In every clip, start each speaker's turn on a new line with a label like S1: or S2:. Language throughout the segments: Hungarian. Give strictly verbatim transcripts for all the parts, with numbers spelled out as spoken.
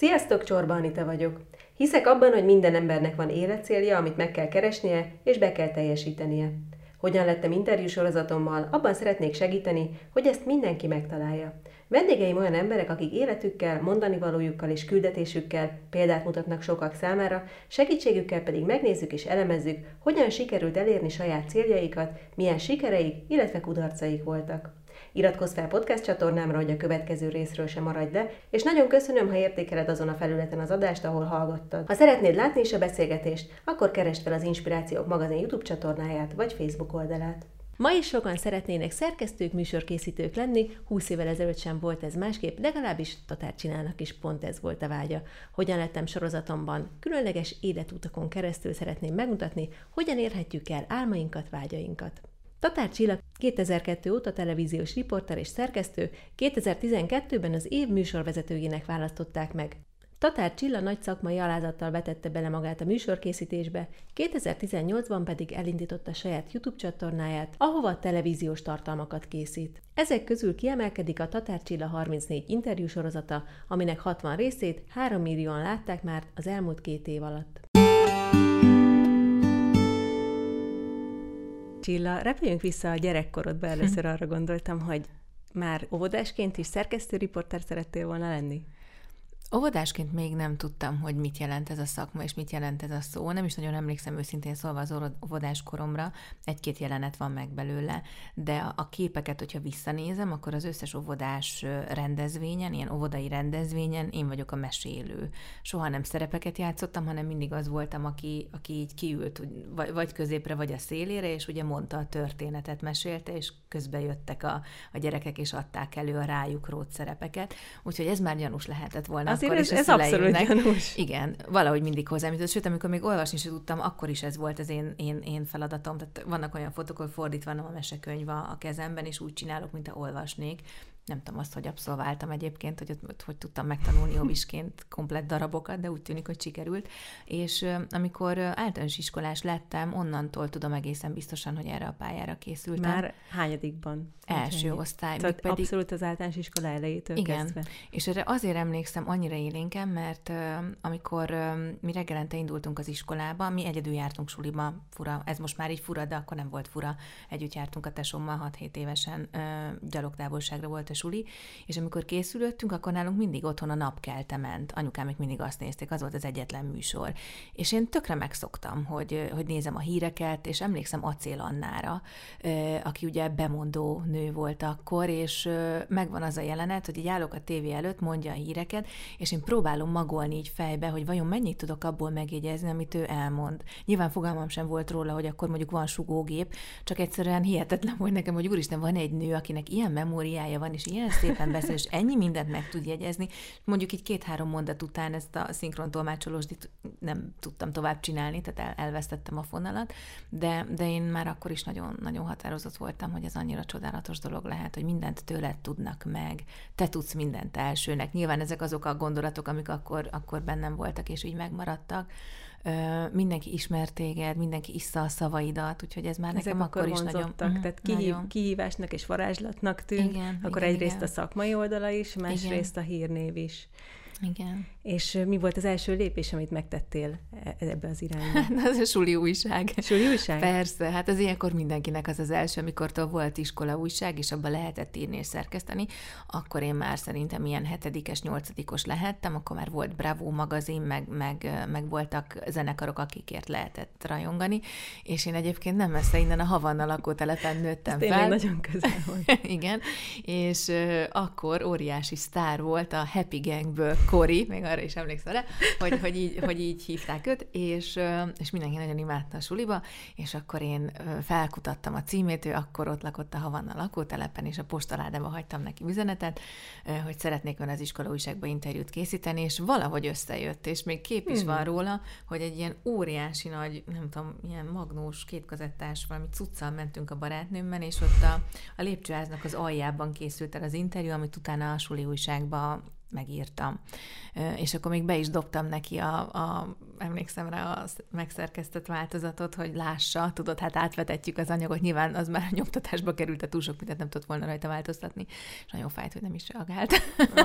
S1: Sziasztok, Csorba Anita vagyok. Hiszek abban, hogy minden embernek van életcélja, amit meg kell keresnie, és be kell teljesítenie. Hogyan lettem interjúsorozatommal, abban szeretnék segíteni, hogy ezt mindenki megtalálja. Vendégeim olyan emberek, akik életükkel, mondani valójukkal és küldetésükkel példát mutatnak sokak számára, segítségükkel pedig megnézzük és elemezzük, hogyan sikerült elérni saját céljaikat, milyen sikereik, illetve kudarcaik voltak. Iratkozz fel podcast csatornámra, hogy a következő részről sem maradj le, és nagyon köszönöm, ha értékeled azon a felületen az adást, ahol hallgattad. Ha szeretnéd látni is a beszélgetést, akkor keresd fel az Inspirációk magazin YouTube csatornáját vagy Facebook oldalát. Ma is sokan szeretnének szerkesztők, műsorkészítők lenni, húsz évvel ezelőtt sem volt ez másképp, legalábbis Tatár Csillának is pont ez volt a vágya. Hogyan lettem sorozatomban, különleges életutakon keresztül szeretném megmutatni, hogyan érhetjük el álmainkat, vágyainkat. Tatár Csilla kétezer-kettő óta televíziós riporter és szerkesztő, kétezer-tizenkettőben az év műsorvezetőjének választották meg. Tatár Csilla nagy szakmai alázattal vetette bele magát a műsorkészítésbe, kétezer-tizennyolcban pedig elindította saját YouTube csatornáját, ahova televíziós tartalmakat készít. Ezek közül kiemelkedik a Tatár Csilla harmincnégy interjúsorozata, aminek hatvan részét három millióan látták már az elmúlt két év alatt. Csilla, repüljünk vissza a gyerekkorodba. Először arra gondoltam, hogy már óvodásként is szerkesztő riporter szerettél volna lenni?
S2: Óvodásként még nem tudtam, hogy mit jelent ez a szakma, és mit jelent ez a szó. Nem is nagyon emlékszem őszintén szólva az óvodás koromra, egy-két jelenet van meg belőle, de a képeket, hogyha visszanézem, akkor az összes óvodás rendezvényen, ilyen óvodai rendezvényen én vagyok a mesélő. Soha nem szerepeket játszottam, hanem mindig az voltam, aki, aki így kiült, vagy középre, vagy a szélére, és ugye mondta a történetet, mesélte, és közben jöttek a, a gyerekek, és adták elő a rájuk rót szerepeket. Úgyhogy ez már gyanús lehetett volna.
S1: Azért ez, ez abszolút gyanús.
S2: Igen, valahogy mindig hozzám jutott. Sőt, amikor még olvasni sem tudtam, akkor is ez volt az én, én, én feladatom. Tehát vannak olyan fotók, hogy fordítva van a mesekönyv a kezemben, és úgy csinálok, mint ha olvasnék. Nem tudom azt, hogy abszolváltam egyébként, hogy, hogy tudtam megtanulni hobisként komplett darabokat, de úgy tűnik, hogy sikerült. És amikor általános iskolás lettem, onnantól tudom egészen biztosan, hogy erre a pályára készültem.
S1: Már hányadikban?
S2: Első Hányad. osztály.
S1: Tehát pedig... abszolút az általános iskola elejétől
S2: igen.
S1: kezdve.
S2: És erre azért emlékszem annyira élénken, mert uh, amikor uh, mi reggelente indultunk az iskolába, mi egyedül jártunk suliba, fura, ez most már így fura, de akkor nem volt fura. Együtt jártunk a tesómmal, hat-hét évesen, uh, gyalogtávolságra volt a suli, és amikor készülöttünk, akkor nálunk mindig otthon a napkelte ment. Anyukám még mindig azt nézték, az volt az egyetlen műsor. És én tökre megszoktam, hogy, hogy nézem a híreket, és emlékszem Acél Annára, uh, aki ugye bemondó nő volt akkor, és uh, megvan az a jelenet, hogy így állok a tévé előtt, mondja a híreket, és én próbálom magolni így fejbe, hogy vajon mennyit tudok abból megjegyezni, amit ő elmond. Nyilván fogalmam sem volt róla, hogy akkor mondjuk van sugógép, csak egyszerűen hihetetlen volt nekem, hogy úristen, van egy nő, akinek ilyen memóriája van, és ilyen szépen beszél, és ennyi mindent meg tud jegyezni. Mondjuk így két-három mondat után ezt a szinkrontolmácsolósdit nem tudtam tovább csinálni, tehát el, elvesztettem a fonalat, de, de én már akkor is nagyon, nagyon határozott voltam, hogy ez annyira csodálatos dolog lehet, hogy mindent tőled tudnak meg, te tudsz mindent elsőnek. Nyilván ezek azok a gondolatok, amik akkor, akkor bennem voltak, és így megmaradtak. Ö, mindenki ismer téged, mindenki issza a szavaidat, úgyhogy ez már ezek nekem akkor, akkor is nagyon...
S1: Tehát kihív, nagyon... kihívásnak és varázslatnak tűnt,
S2: igen,
S1: akkor
S2: igen,
S1: egyrészt
S2: igen.
S1: a szakmai oldala is, másrészt a hírnév is.
S2: Igen.
S1: És mi volt az első lépés, amit megtettél ebbe az irányba?
S2: Az a suli újság.
S1: Suli újság?
S2: Persze, hát az ilyenkor mindenkinek az az első, amikor volt iskola újság, és abban lehetett írni és szerkeszteni, akkor én már szerintem ilyen hetedikes, nyolcadikos lehettem, akkor már volt Bravo magazin, meg, meg, meg voltak zenekarok, akikért lehetett rajongani, és én egyébként nem messze innen a Havanna lakótelepen nőttem fel.
S1: Tényleg nagyon közel volt.
S2: Igen, és uh, akkor óriási sztár volt a Happy Gangből Kori, még arra is emlékszem rá, hogy, hogy, így, hogy így hívták őt, és, és mindenki nagyon imádta a suliba, és akkor én felkutattam a címét, ő akkor ott lakott a Havanna lakótelepen, és a postaládába hagytam neki üzenetet, hogy szeretnék ön az iskola újságba interjút készíteni, és valahogy összejött, és még kép is hmm. van róla, hogy egy ilyen óriási nagy, nem tudom, ilyen magnós, kétkazettás, valami cuccal mentünk a barátnőmmel, és ott a, a lépcsőháznak az aljában készült el az interjú, amit utána a suli újságba megírtam. És akkor még be is dobtam neki a, a emlékszem rá a megszerkesztett változatot, hogy lássa, tudod, hát átvetetjük az anyagot, nyilván az már nyomtatásba került, túl sok mindent nem tudott volna rajta változtatni, és nagyon fájt, hogy nem is reagált.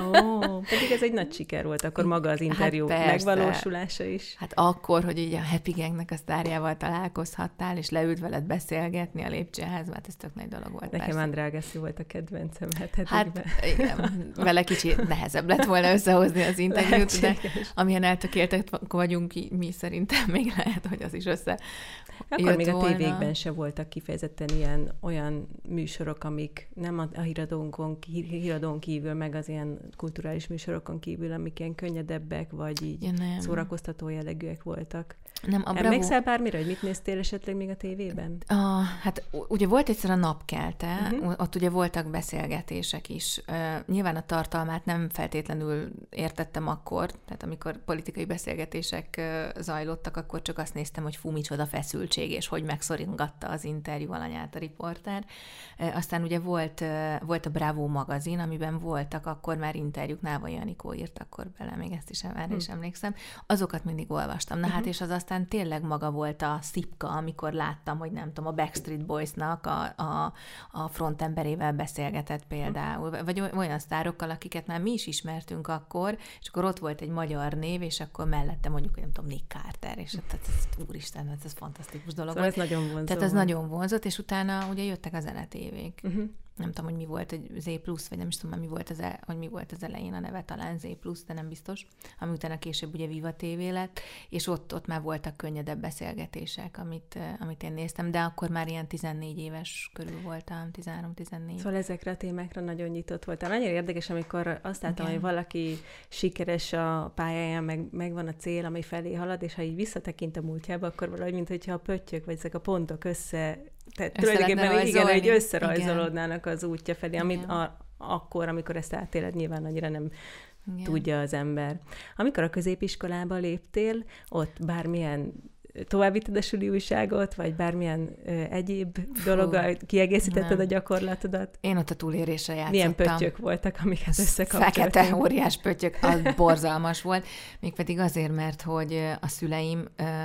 S1: Ó, pedig ez egy nagy siker volt, akkor maga az interjú hát megvalósulása is.
S2: Hát akkor, hogy így a Happy Gangnek a sztárjával találkozhattál, és leült veled beszélgetni a lépcsőházba, hát ez tök nagy dolog volt.
S1: Nekem
S2: persze.
S1: Andrá Agassi volt a kedvencem. Hát,
S2: hát igen, vele kicsit nehezebb lett volna összehozni az interjút, de amilyen eltökéltek vagyunk mi szerintem még lehet, hogy az is össze
S1: Akkor még volna. A tévékben se voltak kifejezetten ilyen olyan műsorok, amik nem a híradónkon, híradón kívül, meg az ilyen kulturális műsorokon kívül, amik ilyen könnyedebbek, vagy így ja, szórakoztató jellegűek voltak.
S2: Nem, a
S1: Emlékszel bármire, hogy mit néztél esetleg még a tévében?
S2: A, hát ugye volt egyszer a Napkelte, uh-huh. ott ugye voltak beszélgetések is. Uh, nyilván a tartalmát nem feltétlenül értettem akkor, tehát amikor politikai beszélgetések uh, zajlottak, akkor csak azt néztem, hogy fú, micsoda feszültség, és hogy megszoringatta az interjú alanyát a riporter. Uh, aztán ugye volt, uh, volt a Bravo magazin, amiben voltak akkor már interjúk, Návai Anikó írt akkor bele, még ezt is, erre is emlékszem. Azokat mindig olvastam. Na uh-huh. hát, és az aztán tényleg maga volt a szipka, amikor láttam, hogy nem tudom, a Backstreet Boysnak a, a, a frontemberével beszélgetett például, vagy olyan sztárokkal, akiket már mi is ismertünk akkor, és akkor ott volt egy magyar név, és akkor mellette mondjuk, hogy nem tudom, Nick Carter, és tehát ez, úristen, ez, ez fantasztikus dolog
S1: szóval
S2: volt.
S1: Ez nagyon vonzó.
S2: Tehát ez nagyon vonzott, és utána ugye jöttek a zenetévék. Uh-huh. Nem tudom, hogy mi volt, egy Z plusz, vagy nem is tudom, mi volt az, el, hogy mi volt az elején a neve, talán Z plusz, de nem biztos, ami utána később ugye Viva té vé lett, és ott, ott már voltak könnyedebb beszélgetések, amit, amit én néztem, de akkor már ilyen tizennégy éves körül voltam, tizenhárom-tizennégy.
S1: Szóval ezekre a témákra nagyon nyitott voltam. Nagyon érdekes, amikor azt láttam, igen. hogy valaki sikeres a pályáján, meg, meg van a cél, ami felé halad, és ha így visszatekint a múltjába, akkor valahogy, mintha a pöttyök, vagy ezek a pontok össze Tehát tulajdonképpen igen, hogy összerajzolódnának az útja felé, amit a, akkor, amikor ezt átéled, nyilván annyira nem igen. tudja az ember. Amikor a középiskolába léptél, ott bármilyen továbbvitted a suli újságot, vagy bármilyen ö, egyéb dologgal kiegészítetted nem. a gyakorlatodat?
S2: Én ott a túlélésre játszottam.
S1: Milyen pöttyök voltak, amiket összekapcsoltunk?
S2: Fekete, óriás pöttyök, az borzalmas volt. Mégpedig azért, mert hogy a szüleim,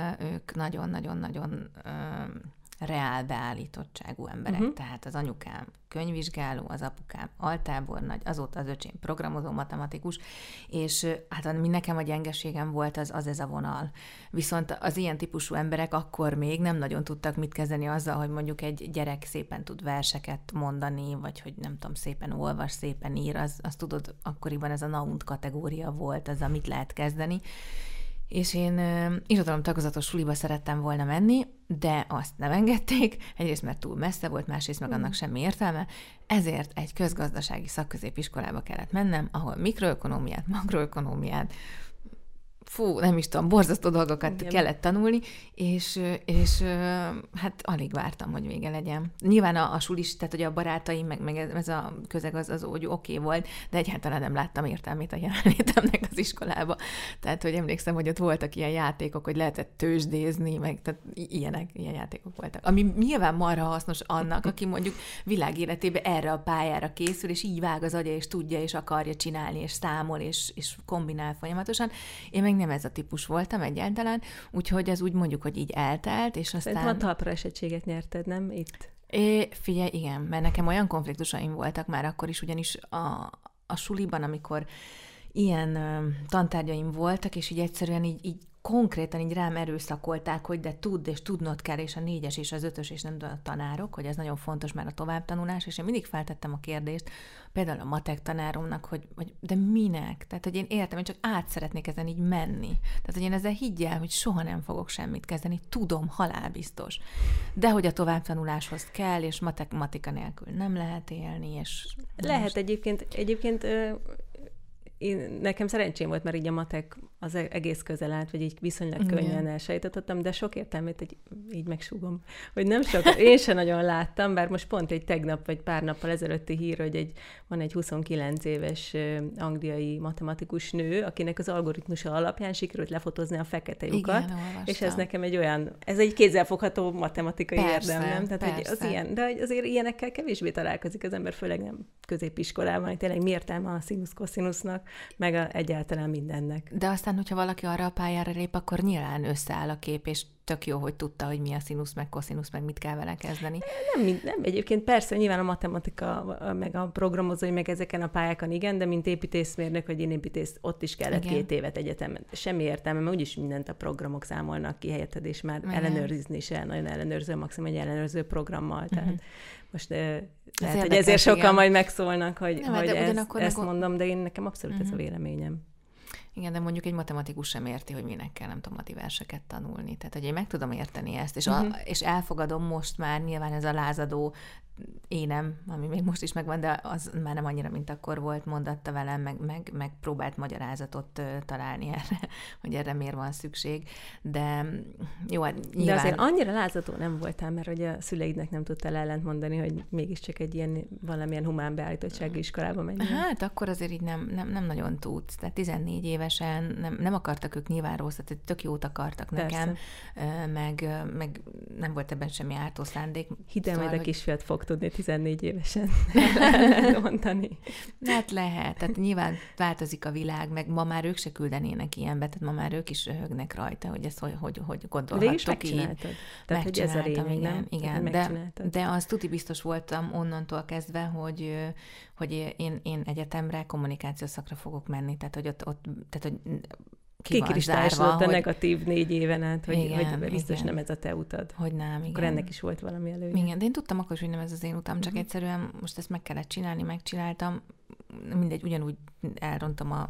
S2: ők nagyon-nagyon-nagyon reál beállítottságú emberek. Uh-huh. Tehát az anyukám könyvvizsgáló, az apukám altábornagy, azóta az öcsém programozó matematikus, és hát ami nekem a gyengeségem volt, az, az ez a vonal. Viszont az ilyen típusú emberek akkor még nem nagyon tudtak mit kezdeni azzal, hogy mondjuk egy gyerek szépen tud verseket mondani, vagy hogy nem tudom, szépen olvas, szépen ír, az, az tudod, akkoriban ez a naunt kategória volt, az, amit lehet kezdeni. És én uh, irodalom tagozatos suliba szerettem volna menni, de azt nem engedték, egyrészt mert túl messze volt, másrészt meg annak semmi értelme, ezért egy közgazdasági szakközépiskolába kellett mennem, ahol mikroökonómiát, makroökonómiát, fú, nem is tudom, borzasztó dolgokat igen. kellett tanulni, és, és hát alig vártam, hogy vége legyen. Nyilván a, a sulis, tehát hogy a barátaim, meg, meg ez a közeg az, az úgy oké okay volt, de egyáltalán nem láttam értelmét a jelenlétemnek az iskolába. Tehát, hogy emlékszem, hogy ott voltak ilyen játékok, hogy lehetett tőzsdézni, meg tehát ilyenek, ilyen játékok voltak. Ami nyilván marha hasznos annak, aki mondjuk világéletében erre a pályára készül, és így vág az agya, és tudja, és akarja csinálni, és számol, és, és kombinál folyamatosan. Én meg nem ez a típus voltam egyáltalán, úgyhogy ez úgy mondjuk, hogy így eltelt, és aztán...
S1: Szerintem a talpra esettséget nyerted, nem? Itt.
S2: É, figyelj, igen, mert nekem olyan konfliktusaim voltak már akkor is, ugyanis a, a suliban, amikor ilyen ö, tantárgyaim voltak, és így egyszerűen így, így konkrétan így rám erőszakolták, hogy de tudd, és tudnod kell, és a négyes, és az ötös, és nem a tanárok, hogy ez nagyon fontos már a továbbtanulás, és én mindig feltettem a kérdést, például a matek tanáromnak, hogy, hogy de minek? Tehát, hogy én értem, én csak át szeretnék ezen így menni. Tehát, hogy én ezzel higgyel, hogy soha nem fogok semmit kezdeni, tudom, halálbiztos. De hogy a továbbtanuláshoz kell, és matematika nélkül nem lehet élni, és...
S1: Lehet most... egyébként, egyébként... Ö... Én, nekem szerencsém volt, mert így a matek az egész közel állt, vagy így viszonylag könnyen elsejtettem, de sok értelmét így, így megsúgom, hogy nem sok, én sem nagyon láttam, bár most pont egy tegnap, vagy pár nappal ezelőtti hír, hogy egy, van egy huszonkilenc éves angliai matematikus nő, akinek az algoritmusa alapján sikerült lefotózni a fekete lyukat, és ez nekem egy olyan, ez egy kézzelfogható matematikai
S2: persze,
S1: érdem, nem? Tehát,
S2: persze.
S1: hogy az ilyen, de azért ilyenekkel kevésbé találkozik az ember, főleg nem középiskolában, tényleg mi értelme a színusz-koszinusznak, meg a, egyáltalán mindennek.
S2: De aztán, hogyha valaki arra a pályára lép, akkor nyilván összeáll a kép, és tök jó, hogy tudta, hogy mi a színusz, meg koszinusz, meg mit kell vele kezdeni.
S1: Nem, nem egyébként persze, nyilván a matematika, meg a programozói, meg ezeken a pályákon igen, de mint építészmérnök, vagy én építész, ott is kellett igen. két évet egyetemen. Semmi értelme, mert úgyis mindent a programok számolnak ki helyetted, és már igen. ellenőrizni se nagyon ellenőrző, maximum egy ellenőrző programmal. Tehát uh-huh. most uh, lehet, hogy ezért sokan igen. majd megszólnak, hogy, nem, hogy ez, ezt meg... mondom, de én nekem abszolút uh-huh. ez a véleményem.
S2: Igen, de mondjuk egy matematikus sem érti, hogy minek kell, nem tudom, mativerseket tanulni. Tehát, hogy én meg tudom érteni ezt, és, uh-huh. a, és elfogadom most már nyilván ez a lázadó énem, ami még most is megvan, de az már nem annyira, mint akkor volt, mondatta velem, meg, meg, meg próbált magyarázatot találni erre, hogy erre miért van szükség. De jó, hát nyilván...
S1: De azért annyira lázadó nem voltál, mert hogy a szüleidnek nem tudtál ellent mondani, hogy mégiscsak egy ilyen valamilyen humán beállítottságú iskolába menjél.
S2: Hát akkor azért így nem, nem, nem nagyon tudsz. Tehát tizennégy évesen nem, nem akartak ők nyilván rossz, tehát tök jót akartak nekem, meg, meg nem volt ebben semmi ártó szándék.
S1: Hidd majd a kisfiat fog tudni tizennégy évesen mondani.
S2: Hát lehet, tehát nyilván változik a világ, meg ma már ők se küldenének ilyenbe, tehát ma már ők is röhögnek rajta, hogy ezt hogy, hogy, hogy gondolhattok így.
S1: Megcsináltad. Tehát, hogy ez a réming,
S2: igen, igen. De, de az tuti biztos voltam onnantól kezdve, hogy, hogy én, én egyetemre kommunikációs szakra fogok menni, tehát hogy ott, ott tehát, hogy
S1: kikristályosodott a negatív négy éven át, hogy, igen, hogy biztos igen. nem ez a te utad.
S2: Hogy nem, igen.
S1: Akkor ennek is volt valami előnye.
S2: Igen, de én tudtam akkor, hogy nem ez az én utam, csak uh-huh. egyszerűen most ezt meg kellett csinálni, megcsináltam. Mindegy, ugyanúgy elrontom a...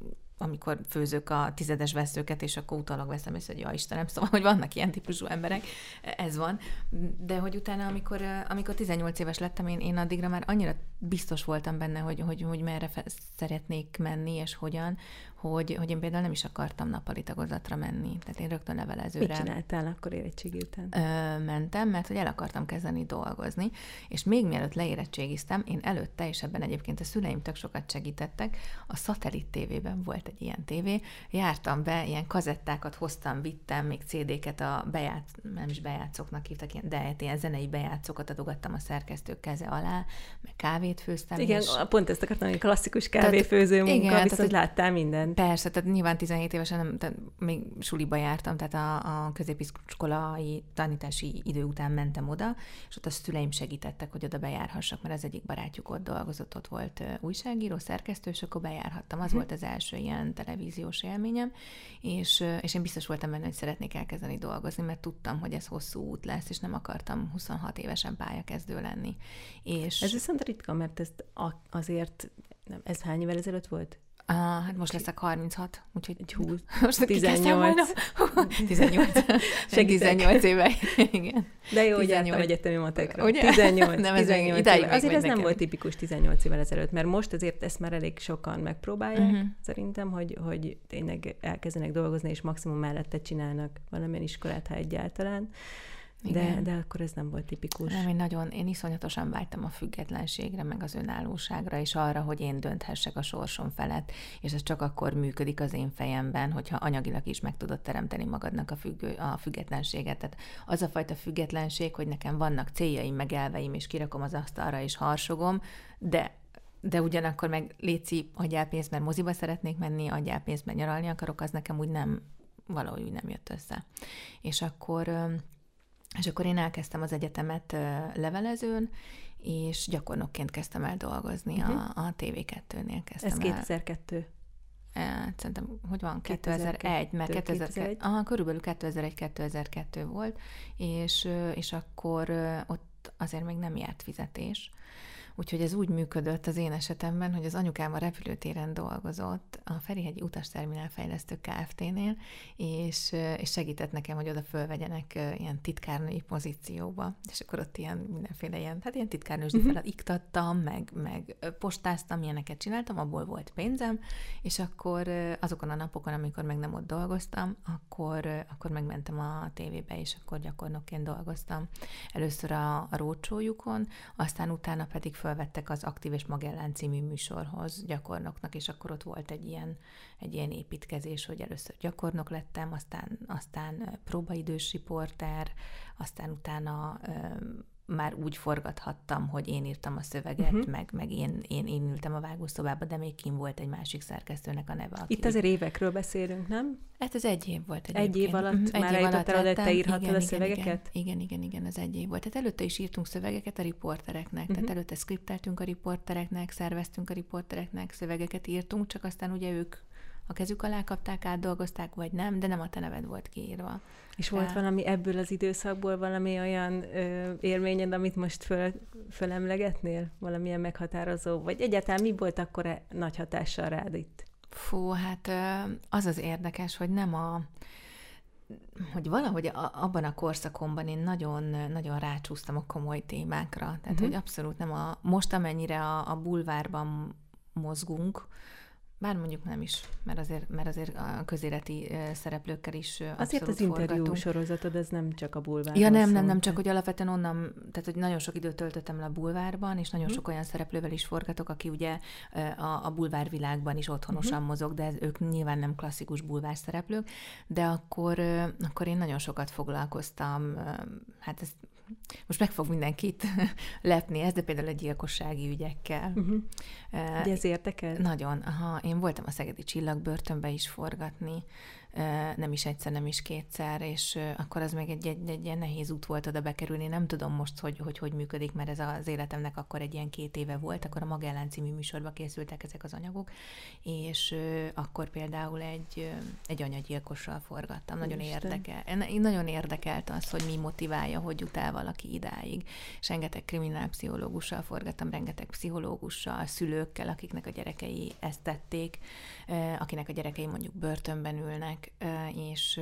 S2: amikor főzök a tizedes veszőket, és akkor utólag veszem észre, hogy ja Istenem, szóval, hogy vannak ilyen típusú emberek, ez van. De hogy utána, amikor, amikor tizennyolc éves lettem, én, én addigra már annyira biztos voltam benne, hogy, hogy, hogy merre fe- szeretnék menni, és hogyan, hogy, hogy én például nem is akartam nappali tagozatra menni. Tehát én rögtön levelezőre...
S1: Mit csináltál akkor érettségi után?
S2: Ö, mentem, mert hogy el akartam kezdeni dolgozni, és még mielőtt leérettségiztem, én előtte, és ebben egyébként a szüleim tök sokat segítettek, a Szatellit tévében volt egy ilyen tévé, jártam be, ilyen kazettákat hoztam, vittem, még cé dé-ket a bejátsz, nem is bejátszóknak hívtak, de ilyen zenei bejátszókat adogattam a szerkesztők keze alá, meg kávét főztem.
S1: Igen,
S2: és...
S1: pont ezt akartam, hogy klasszikus kávéfőző munka, igen, viszont tehát, láttál mindent.
S2: Persze, tehát nyilván tizenhét évesen nem, tehát még suliba jártam, tehát a, a középiskolai tanítási idő után mentem oda, és ott a szüleim segítettek, hogy oda bejárhassak, mert az egyik barátjuk ott dolgozott, ott volt újságíró, szerkesztő, és akkor bejárhattam. Az hm. volt az első ilyen televíziós élményem, és, és én biztos voltam benne, hogy szeretnék elkezdeni dolgozni, mert tudtam, hogy ez hosszú út lesz, és nem akartam huszonhat évesen pályakezdő lenni. És...
S1: Ez viszont ritka, mert ez azért, nem, ez hány évvel ezelőtt volt?
S2: Ah, hát most leszek harminchat, úgyhogy
S1: húsz,
S2: most
S1: tizennyolc.
S2: tizennyolc. tizennyolc éve, igen.
S1: De jó, hogy jártam egyetemi matekra.
S2: Ugye?
S1: tizennyolc.
S2: Nem,
S1: tizennyolc éve. Azért ez nekem. Nem volt tipikus tizennyolc évvel ezelőtt, mert most azért ezt már elég sokan megpróbálják, uh-huh. szerintem, hogy, hogy tényleg elkezdenek dolgozni, és maximum mellette csinálnak valamilyen iskolát, ha egyáltalán. De, de akkor ez nem volt tipikus.
S2: Nem, én nagyon, én iszonyatosan vágytam a függetlenségre, meg az önállóságra, és arra, hogy én dönthessek a sorsom felett, és ez csak akkor működik az én fejemben, hogyha anyagilag is meg tudod teremteni magadnak a, függő, a függetlenséget. Tehát az a fajta függetlenség, hogy nekem vannak céljaim, meg elveim, és kirakom az asztalra, és harsogom, de de ugyanakkor meg léci, adjál pénzt, mert moziba szeretnék menni, adjál pénzt, mert nyaralni akarok, az nekem úgy nem, valahogy úgy nem jött össze. És akkor... És akkor én elkezdtem az egyetemet levelezőn, és gyakornokként kezdtem el dolgozni, uh-huh. a, a té vé kettőnél kezdtem
S1: Ez kétezer-kettő?
S2: El. Szerintem, hogy van? kétezer-egy, mert kétezer-kettő, aha, körülbelül kétezer-egy-kétezer-kettő volt, és, és akkor ott azért még nem járt fizetés. Úgyhogy ez úgy működött az én esetemben, hogy az anyukám a repülőtéren dolgozott a Ferihegyi Utasterminál Fejlesztő Kft-nél, és, és segített nekem, hogy oda fölvegyenek ilyen titkárnői pozícióba. És akkor ott ilyen mindenféle ilyen, hát ilyen titkárnősdi uh-huh. felat iktattam, meg, meg postáztam, ilyeneket csináltam, abból volt pénzem, és akkor azokon a napokon, amikor meg nem ott dolgoztam, akkor, akkor megmentem a tévébe, és akkor gyakornokként dolgoztam. Először a, a rócsójukon, aztán utána pedig fölvettek az Aktív és Magellán című műsorhoz gyakornoknak, és akkor ott volt egy ilyen, egy ilyen építkezés, hogy először gyakornok lettem, aztán, aztán próbaidős riporter, aztán utána már úgy forgathattam, hogy én írtam a szöveget, uh-huh. meg, meg én, én, én ültem a vágószobába, de még kim volt egy másik szerkesztőnek a neve. Aki...
S1: Itt azért évekről beszélünk, nem?
S2: Hát ez egy év volt egyébként.
S1: Egy év alatt uh-huh. már eljutottál oda, hogy te írhattad igen, a szövegeket?
S2: Igen, igen, igen, igen, az egy év volt. Tehát előtte is írtunk szövegeket a riportereknek, uh-huh. tehát előtte skripteltünk a riportereknek, szerveztünk a riportereknek, szövegeket írtunk, csak aztán ugye ők a kezük alá kapták, átdolgozták, vagy nem, de nem a te neved volt kiírva.
S1: És volt valami ebből az időszakból valami olyan ö, élményed, amit most föl, fölemlegetnél? Valamilyen meghatározó? Vagy egyáltalán mi volt akkor nagy hatással rád itt?
S2: Fú, hát az az érdekes, hogy nem a... hogy valahogy abban a korszakomban én nagyon, nagyon rácsúsztam a komoly témákra. Tehát, uh-huh. hogy abszolút nem a... Most, amennyire a, a bulvárban mozgunk, bár mondjuk nem is, mert azért, mert azért a közéleti szereplőkkel is abszolút
S1: azért az interjú forgatunk. Sorozatod, ez nem csak a bulvárban
S2: Ja nem, nem, nem, csak hogy alapvetően onnan, tehát hogy nagyon sok időt töltöttem le a bulvárban, és nagyon uh-huh. sok olyan szereplővel is forgatok, aki ugye a, a bulvárvilágban is otthonosan uh-huh. mozog, de ez, ők nyilván nem klasszikus bulvár szereplők, de akkor, akkor én nagyon sokat foglalkoztam, hát ez most meg fog mindenkit lepni ez, de például a gyilkossági ügyekkel.
S1: Uh-huh. Uh, de ez érdekel?
S2: Nagyon. Aha, én voltam a Szegedi Csillagbörtönbe is forgatni, nem is egyszer, nem is kétszer, és akkor az még egy, egy, egy ilyen nehéz út volt oda bekerülni. Nem tudom most, hogy, hogy hogy működik, mert ez az életemnek akkor egy ilyen két éve volt, akkor a Magellán című műsorba készültek ezek az anyagok, és akkor például egy, egy anyagyilkossal forgattam. Nagyon érdekel. Én nagyon érdekelt az, hogy mi motiválja, hogy jut el valaki idáig. És rengeteg kriminálpszichológussal forgattam, rengeteg pszichológussal, szülőkkel, akiknek a gyerekei ezt tették, akinek a gyerekei mondjuk börtönben ülnek, és,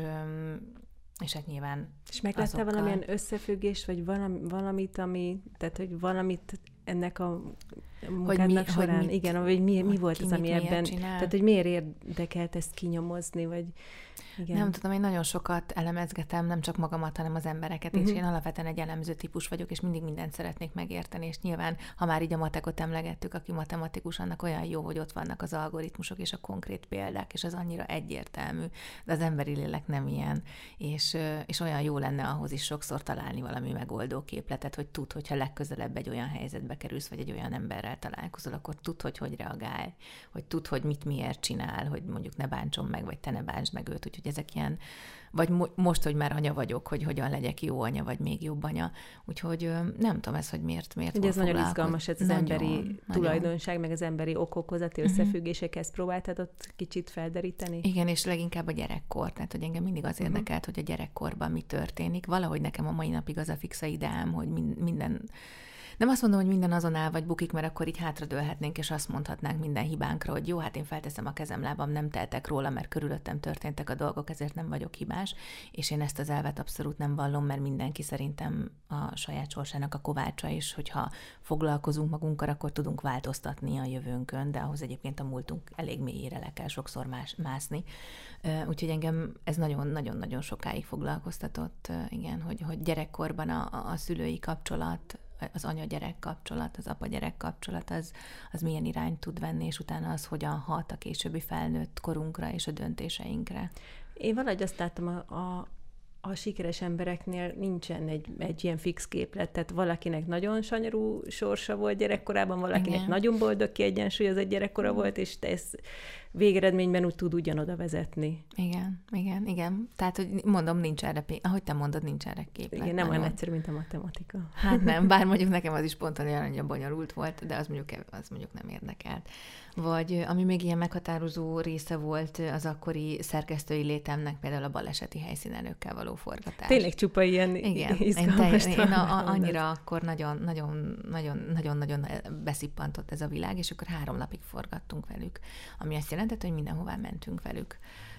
S2: és hát nyilván
S1: és megláttál azokkal... valamilyen összefüggés, vagy valami, valamit, ami, tehát, hogy valamit ennek a munkádnak során, hogy mit, igen, vagy mi, mi volt az, ami ebben, csinál? Tehát, hogy miért érdekelt ezt kinyomozni, vagy igen.
S2: Nem tudom, én nagyon sokat elemezgetem, nem csak magamat, hanem az embereket, uh-huh. és én alapvetően egy elemző típus vagyok, és mindig mindent szeretnék megérteni, és nyilván, ha már így a matekot emlegettük, aki matematikus, annak olyan jó, hogy ott vannak az algoritmusok és a konkrét példák, és az annyira egyértelmű, de az emberi lélek nem ilyen, és, és olyan jó lenne ahhoz is sokszor találni valami megoldó képletet, hogy tud, hogyha legközelebb egy olyan helyzetbe kerülsz, vagy egy olyan emberrel találkozol, akkor tud, hogy hogy reagál, hogy tud, hogy mit miért csinál, hogy mondjuk ne bántson meg, vagy te ne bántsd meg őt, úgyhogy ezek ilyen, vagy mo- most, hogy már anya vagyok, hogy hogyan legyek jó anya, vagy még jobb anya. Úgyhogy nem tudom ez, hogy miért, miért
S1: ugye ez nagyon izgalmas, ez az nagyon, emberi nagyon. tulajdonság, meg az emberi okokozati uh-huh. összefüggések, ezt próbáltad ott kicsit felderíteni?
S2: Igen, és leginkább a gyerekkor, tehát hogy engem mindig az érdekelt, uh-huh. hogy a gyerekkorban mi történik. Valahogy nekem a mai napig az a fixa ideám, hogy minden... Nem azt mondom, hogy minden azon áll vagy bukik, mert akkor így hátradőlhetnénk, és azt mondhatnánk minden hibánkra, hogy jó, hát én felteszem a kezem, lábam, nem teltek róla, mert körülöttem történtek a dolgok, ezért nem vagyok hibás, és én ezt az elvet abszolút nem vallom, mert mindenki szerintem a saját sorsának a kovácsa, és hogyha foglalkozunk magunkkal, akkor tudunk változtatni a jövőnkön, de ahhoz egyébként a múltunk elég mélyére le kell sokszor más, mászni. Úgyhogy engem ez nagyon-nagyon-nagyon sokáig foglalkoztatott, igen, hogy, hogy gyerekkorban a, a szülői kapcsolat, az anya-gyerek kapcsolat, az apa-gyerek kapcsolat, az, az milyen irányt tud venni, és utána az hogyan hat a későbbi felnőtt korunkra és a döntéseinkre.
S1: Én valahogy azt láttam, a, a, a sikeres embereknél nincsen egy, egy ilyen fix képlet, tehát valakinek nagyon sanyarú sorsa volt gyerekkorában, valakinek igen. nagyon boldog kiegyensúlyozott gyerekkora mm. volt, és ez végeredményben úgy tud ugyanoda vezetni.
S2: Igen, igen, igen. Tehát, hogy mondom, nincs erre, ahogy te mondod, nincs erre képlet.
S1: Igen, nem olyan egyszerű, mint a matematika.
S2: Hát nem, bár mondjuk nekem az is pont olyan bonyolult volt, de az mondjuk, az mondjuk nem érdekelt. Vagy ami még ilyen meghatározó része volt az akkori szerkesztői létemnek, például a baleseti helyszínelőkkel való forgatás.
S1: Tényleg csupa ilyen
S2: igen, izgalmas. Én, én a, a, annyira akkor nagyon, nagyon, nagyon, nagyon, nagyon beszippantott ez a világ, és akkor három napig forgattunk velük, ami azt jelentett, hogy mindenhová mentünk velük.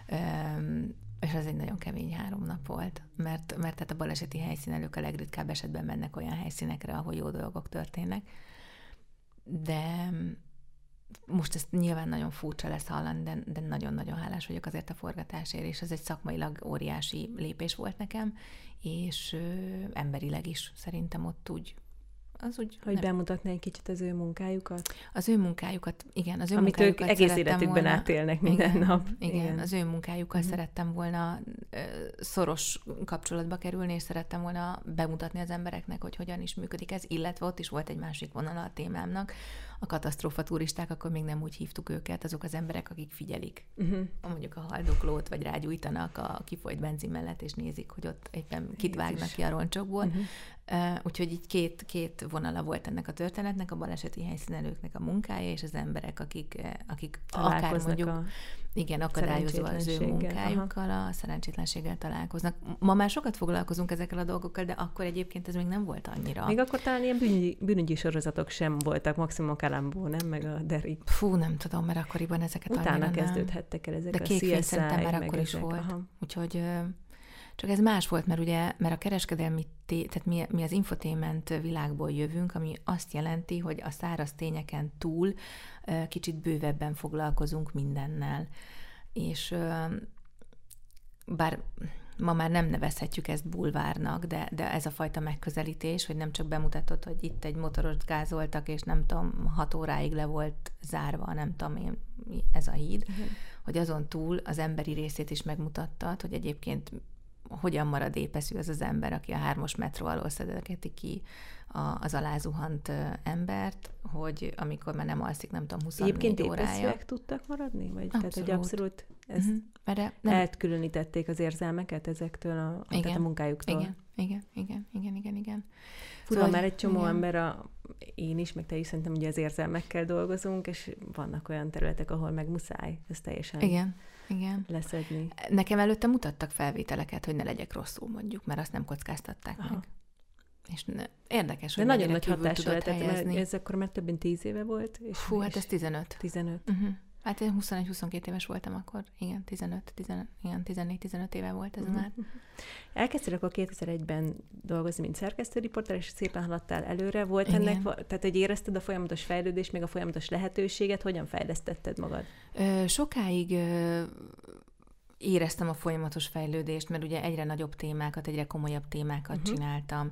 S2: Üm, és az egy nagyon kemény három nap volt, mert, mert tehát a baleseti helyszínelők a legritkább esetben mennek olyan helyszínekre, ahol jó dolgok történnek. De most ezt nyilván nagyon furcsa lesz hallani, de, de nagyon-nagyon hálás vagyok azért a forgatásért, és ez egy szakmailag óriási lépés volt nekem, és ö, emberileg is szerintem ott úgy az úgy...
S1: Hogy nem. Bemutatni egy kicsit az ő munkájukat?
S2: Az ő munkájukat, igen, az ő
S1: Amit
S2: munkájukat
S1: ők egész életükben volna, átélnek minden
S2: igen,
S1: nap.
S2: Igen, igen, az ő munkájukkal uh-huh. szerettem volna szoros kapcsolatba kerülni, és szerettem volna bemutatni az embereknek, hogy hogyan is működik ez, illetve ott is volt egy másik vonala a témámnak, a katasztrófa turisták, akkor még nem úgy hívtuk őket, azok az emberek, akik figyelik. Uh-huh. Mondjuk a haldoklót, vagy rágyújtanak a kifolyt benzin mellett, és nézik, hogy ott éppen kit vágnak ki a roncsokból. Uh-huh. Uh, úgyhogy így két, két vonala volt ennek a történetnek, a baleseti helyszínelőknek a munkája, és az emberek, akik, akik akár mondjuk a igen, akadályozva az ő munkájukkal, aha. a szerencsétlenséggel találkoznak. Ma már sokat foglalkozunk ezekkel a dolgokkal, de akkor egyébként ez még nem volt annyira.
S1: Még akkor talán ilyen bűnügyi, bűnügyi sorozatok sem voltak, maximum a Columbo, nem? Meg a Derrick.
S2: Fú, nem tudom, mert akkoriban ezeket
S1: utána
S2: annyira nem.
S1: kezdődhettek el ezek
S2: de
S1: a cé es i,
S2: kék szerintem már akkor is
S1: ezek,
S2: volt.
S1: Aha.
S2: Úgyhogy csak ez más volt, mert ugye, mert a kereskedelmi, té- tehát mi, mi az infotainment világból jövünk, ami azt jelenti, hogy a száraz tényeken túl kicsit bővebben foglalkozunk mindennel. És bár ma már nem nevezhetjük ezt bulvárnak, de, de ez a fajta megközelítés, hogy nem csak bemutatod, hogy itt egy motorost gázoltak, és nem tudom, hat óráig le volt zárva, nem tudom én, ez a híd, uh-huh. hogy azon túl az emberi részét is megmutattad, hogy egyébként hogyan marad épeszű az az ember, aki a hármas metró alól szedeketi ki a, az alázuhant embert, hogy amikor már nem alszik, nem tudom, huszonnégy órája.
S1: Egyébként épeszűek tudtak maradni? Vagy? Tehát, hogy abszolút ezt
S2: uh-huh.
S1: elkülönítették az érzelmeket ezektől a, a, tehát a munkájuktól.
S2: Igen, igen, igen, igen, igen, igen.
S1: Fura, szóval, már egy csomó igen. ember, a, én is, meg te is szerintem ugye az érzelmekkel dolgozunk, és vannak olyan területek, ahol meg muszáj, ez teljesen
S2: igen. Igen.
S1: leszedni.
S2: Nekem előtte mutattak felvételeket, hogy ne legyek rosszul, mondjuk, mert azt nem kockáztatták Aha. meg. És ne, érdekes,
S1: de
S2: hogy
S1: nagyon nagy hatással
S2: lehetett,
S1: mert ez akkor már több mint tíz éve volt. És
S2: Hú, hát ez tizenöt.
S1: tizenöt.
S2: Uh-huh. Hát én huszonegy-huszonkét éves voltam akkor. Igen, tizenöt, tizenöt, igen, tizennégy-tizenöt éve volt ez uh-huh. már.
S1: Elkezdtél akkor kétezer-egyben dolgozni, mint szerkesztőriporter, és szépen haladtál előre. Volt igen. ennek, tehát hogy érezted a folyamatos fejlődést, még a folyamatos lehetőséget, hogyan fejlesztetted magad?
S2: Ö, sokáig ö, éreztem a folyamatos fejlődést, mert ugye egyre nagyobb témákat, egyre komolyabb témákat uh-huh. csináltam,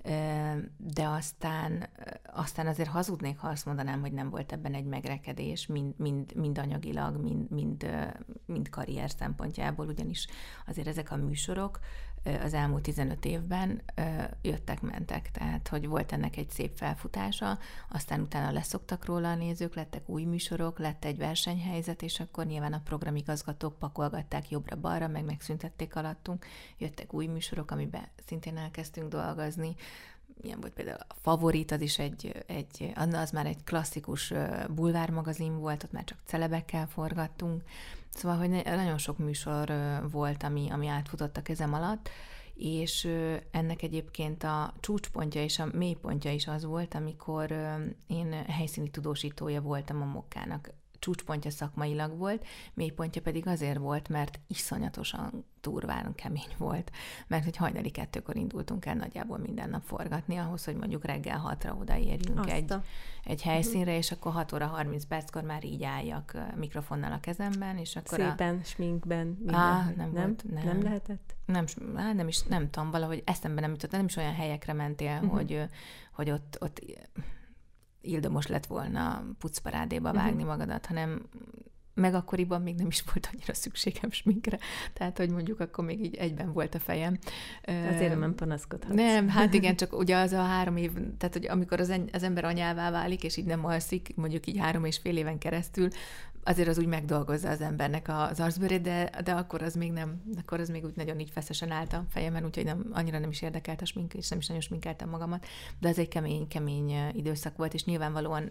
S2: de aztán, aztán azért hazudnék, ha azt mondanám, hogy nem volt ebben egy megrekedés, mind, mind, mind anyagilag, mind, mind, mind karrier szempontjából, ugyanis azért ezek a műsorok az elmúlt tizenöt évben jöttek-mentek, tehát hogy volt ennek egy szép felfutása, aztán utána leszoktak róla a nézők, lettek új műsorok, lett egy versenyhelyzet, és akkor nyilván a programigazgatók pakolgatták jobbra-balra, meg megszüntették alattunk, jöttek új műsorok, amiben szintén elkezdtünk dolgozni. Ilyen volt például a Favorit, az is egy, egy az már egy klasszikus bulvármagazin volt, ott már csak celebekkel forgattunk. Szóval, hogy nagyon sok műsor volt, ami, ami átfutott a kezem alatt, és ennek egyébként a csúcspontja és a mélypontja is az volt, amikor én helyszíni tudósítója voltam a Mokkának. Csúcspontja szakmailag volt, mélypontja pedig azért volt, mert iszonyatosan durván kemény volt. Mert hogy hajnali kettőkor indultunk el nagyjából minden nap forgatni, ahhoz, hogy mondjuk reggel hatra odaérjünk egy, egy helyszínre, uh-huh. és akkor hat óra harminc perckor már így álljak mikrofonnal a kezemben, és akkor
S1: szépen,
S2: a...
S1: sminkben, minden.
S2: Á, nem, nem volt.
S1: Nem, nem lehetett?
S2: Nem, á, nem is, nem tudom, valahogy eszembe nem jutott, nem is olyan helyekre mentél, uh-huh. hogy, hogy ott, ott ildomos lett volna pucparádéba vágni uh-huh. magadat, hanem meg akkoriban még nem is volt annyira szükségem sminkre, tehát, hogy mondjuk akkor még így egyben volt a fejem.
S1: Azért nem panaszkodhatsz.
S2: Nem, hát igen, csak ugye az a három év, tehát, hogy amikor az, en, az ember anyává válik, és így nem alszik, mondjuk így három és fél éven keresztül, azért az úgy megdolgozza az embernek az arcbőrét, de, de akkor az még nem, akkor az még úgy nagyon így feszesen állt a fejemen, úgyhogy nem, annyira nem is érdekelt a smink, és nem is nagyon sminkeltem magamat, de ez egy kemény, kemény időszak volt, és nyilvánvalóan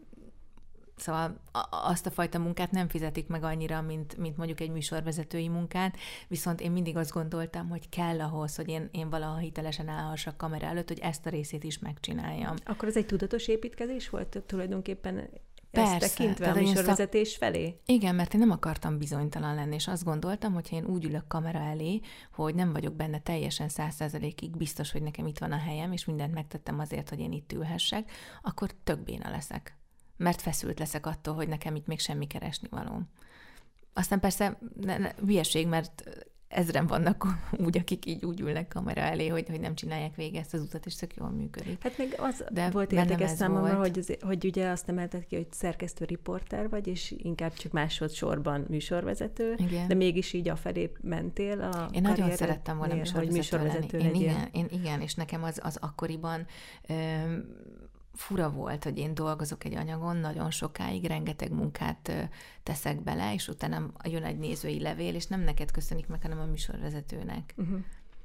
S2: szóval azt a fajta munkát nem fizetik meg annyira, mint, mint mondjuk egy műsorvezetői munkát, viszont én mindig azt gondoltam, hogy kell ahhoz, hogy én, én valaha hitelesen állhassak kamera előtt, hogy ezt a részét is megcsináljam.
S1: Akkor ez egy tudatos építkezés volt tulajdonképpen?
S2: Persze.
S1: Ezt tekintve a műsorvezetés szak... felé?
S2: Igen, mert én nem akartam bizonytalan lenni, és azt gondoltam, hogy ha én úgy ülök kamera elé, hogy nem vagyok benne teljesen száz százalékig biztos, hogy nekem itt van a helyem, és mindent megtettem azért, hogy én itt ülhessek, akkor tök béna leszek. Mert feszült leszek attól, hogy nekem itt még semmi keresni valóm. Aztán persze ne, ne, hülyeség, mert ezren vannak úgy, akik így úgy ülnek kamera elé, hogy, hogy nem csinálják végig ezt az utat, és tök jól működik.
S1: Hát még az de volt érdekes számomra, hogy, az, hogy ugye azt emelted ki, hogy szerkesztő riporter vagy, és inkább csak másodszorban műsorvezető, igen. De mégis így afelé mentél a
S2: Én nagyon szerettem volna műsorvezető, műsorvezető
S1: lenni.
S2: Én igen, én igen, és nekem az, az akkoriban öm, fura volt, hogy én dolgozok egy anyagon, nagyon sokáig, rengeteg munkát ö, teszek bele, és utána jön egy nézői levél, és nem neked köszönik meg, hanem a műsorvezetőnek. Uh-huh.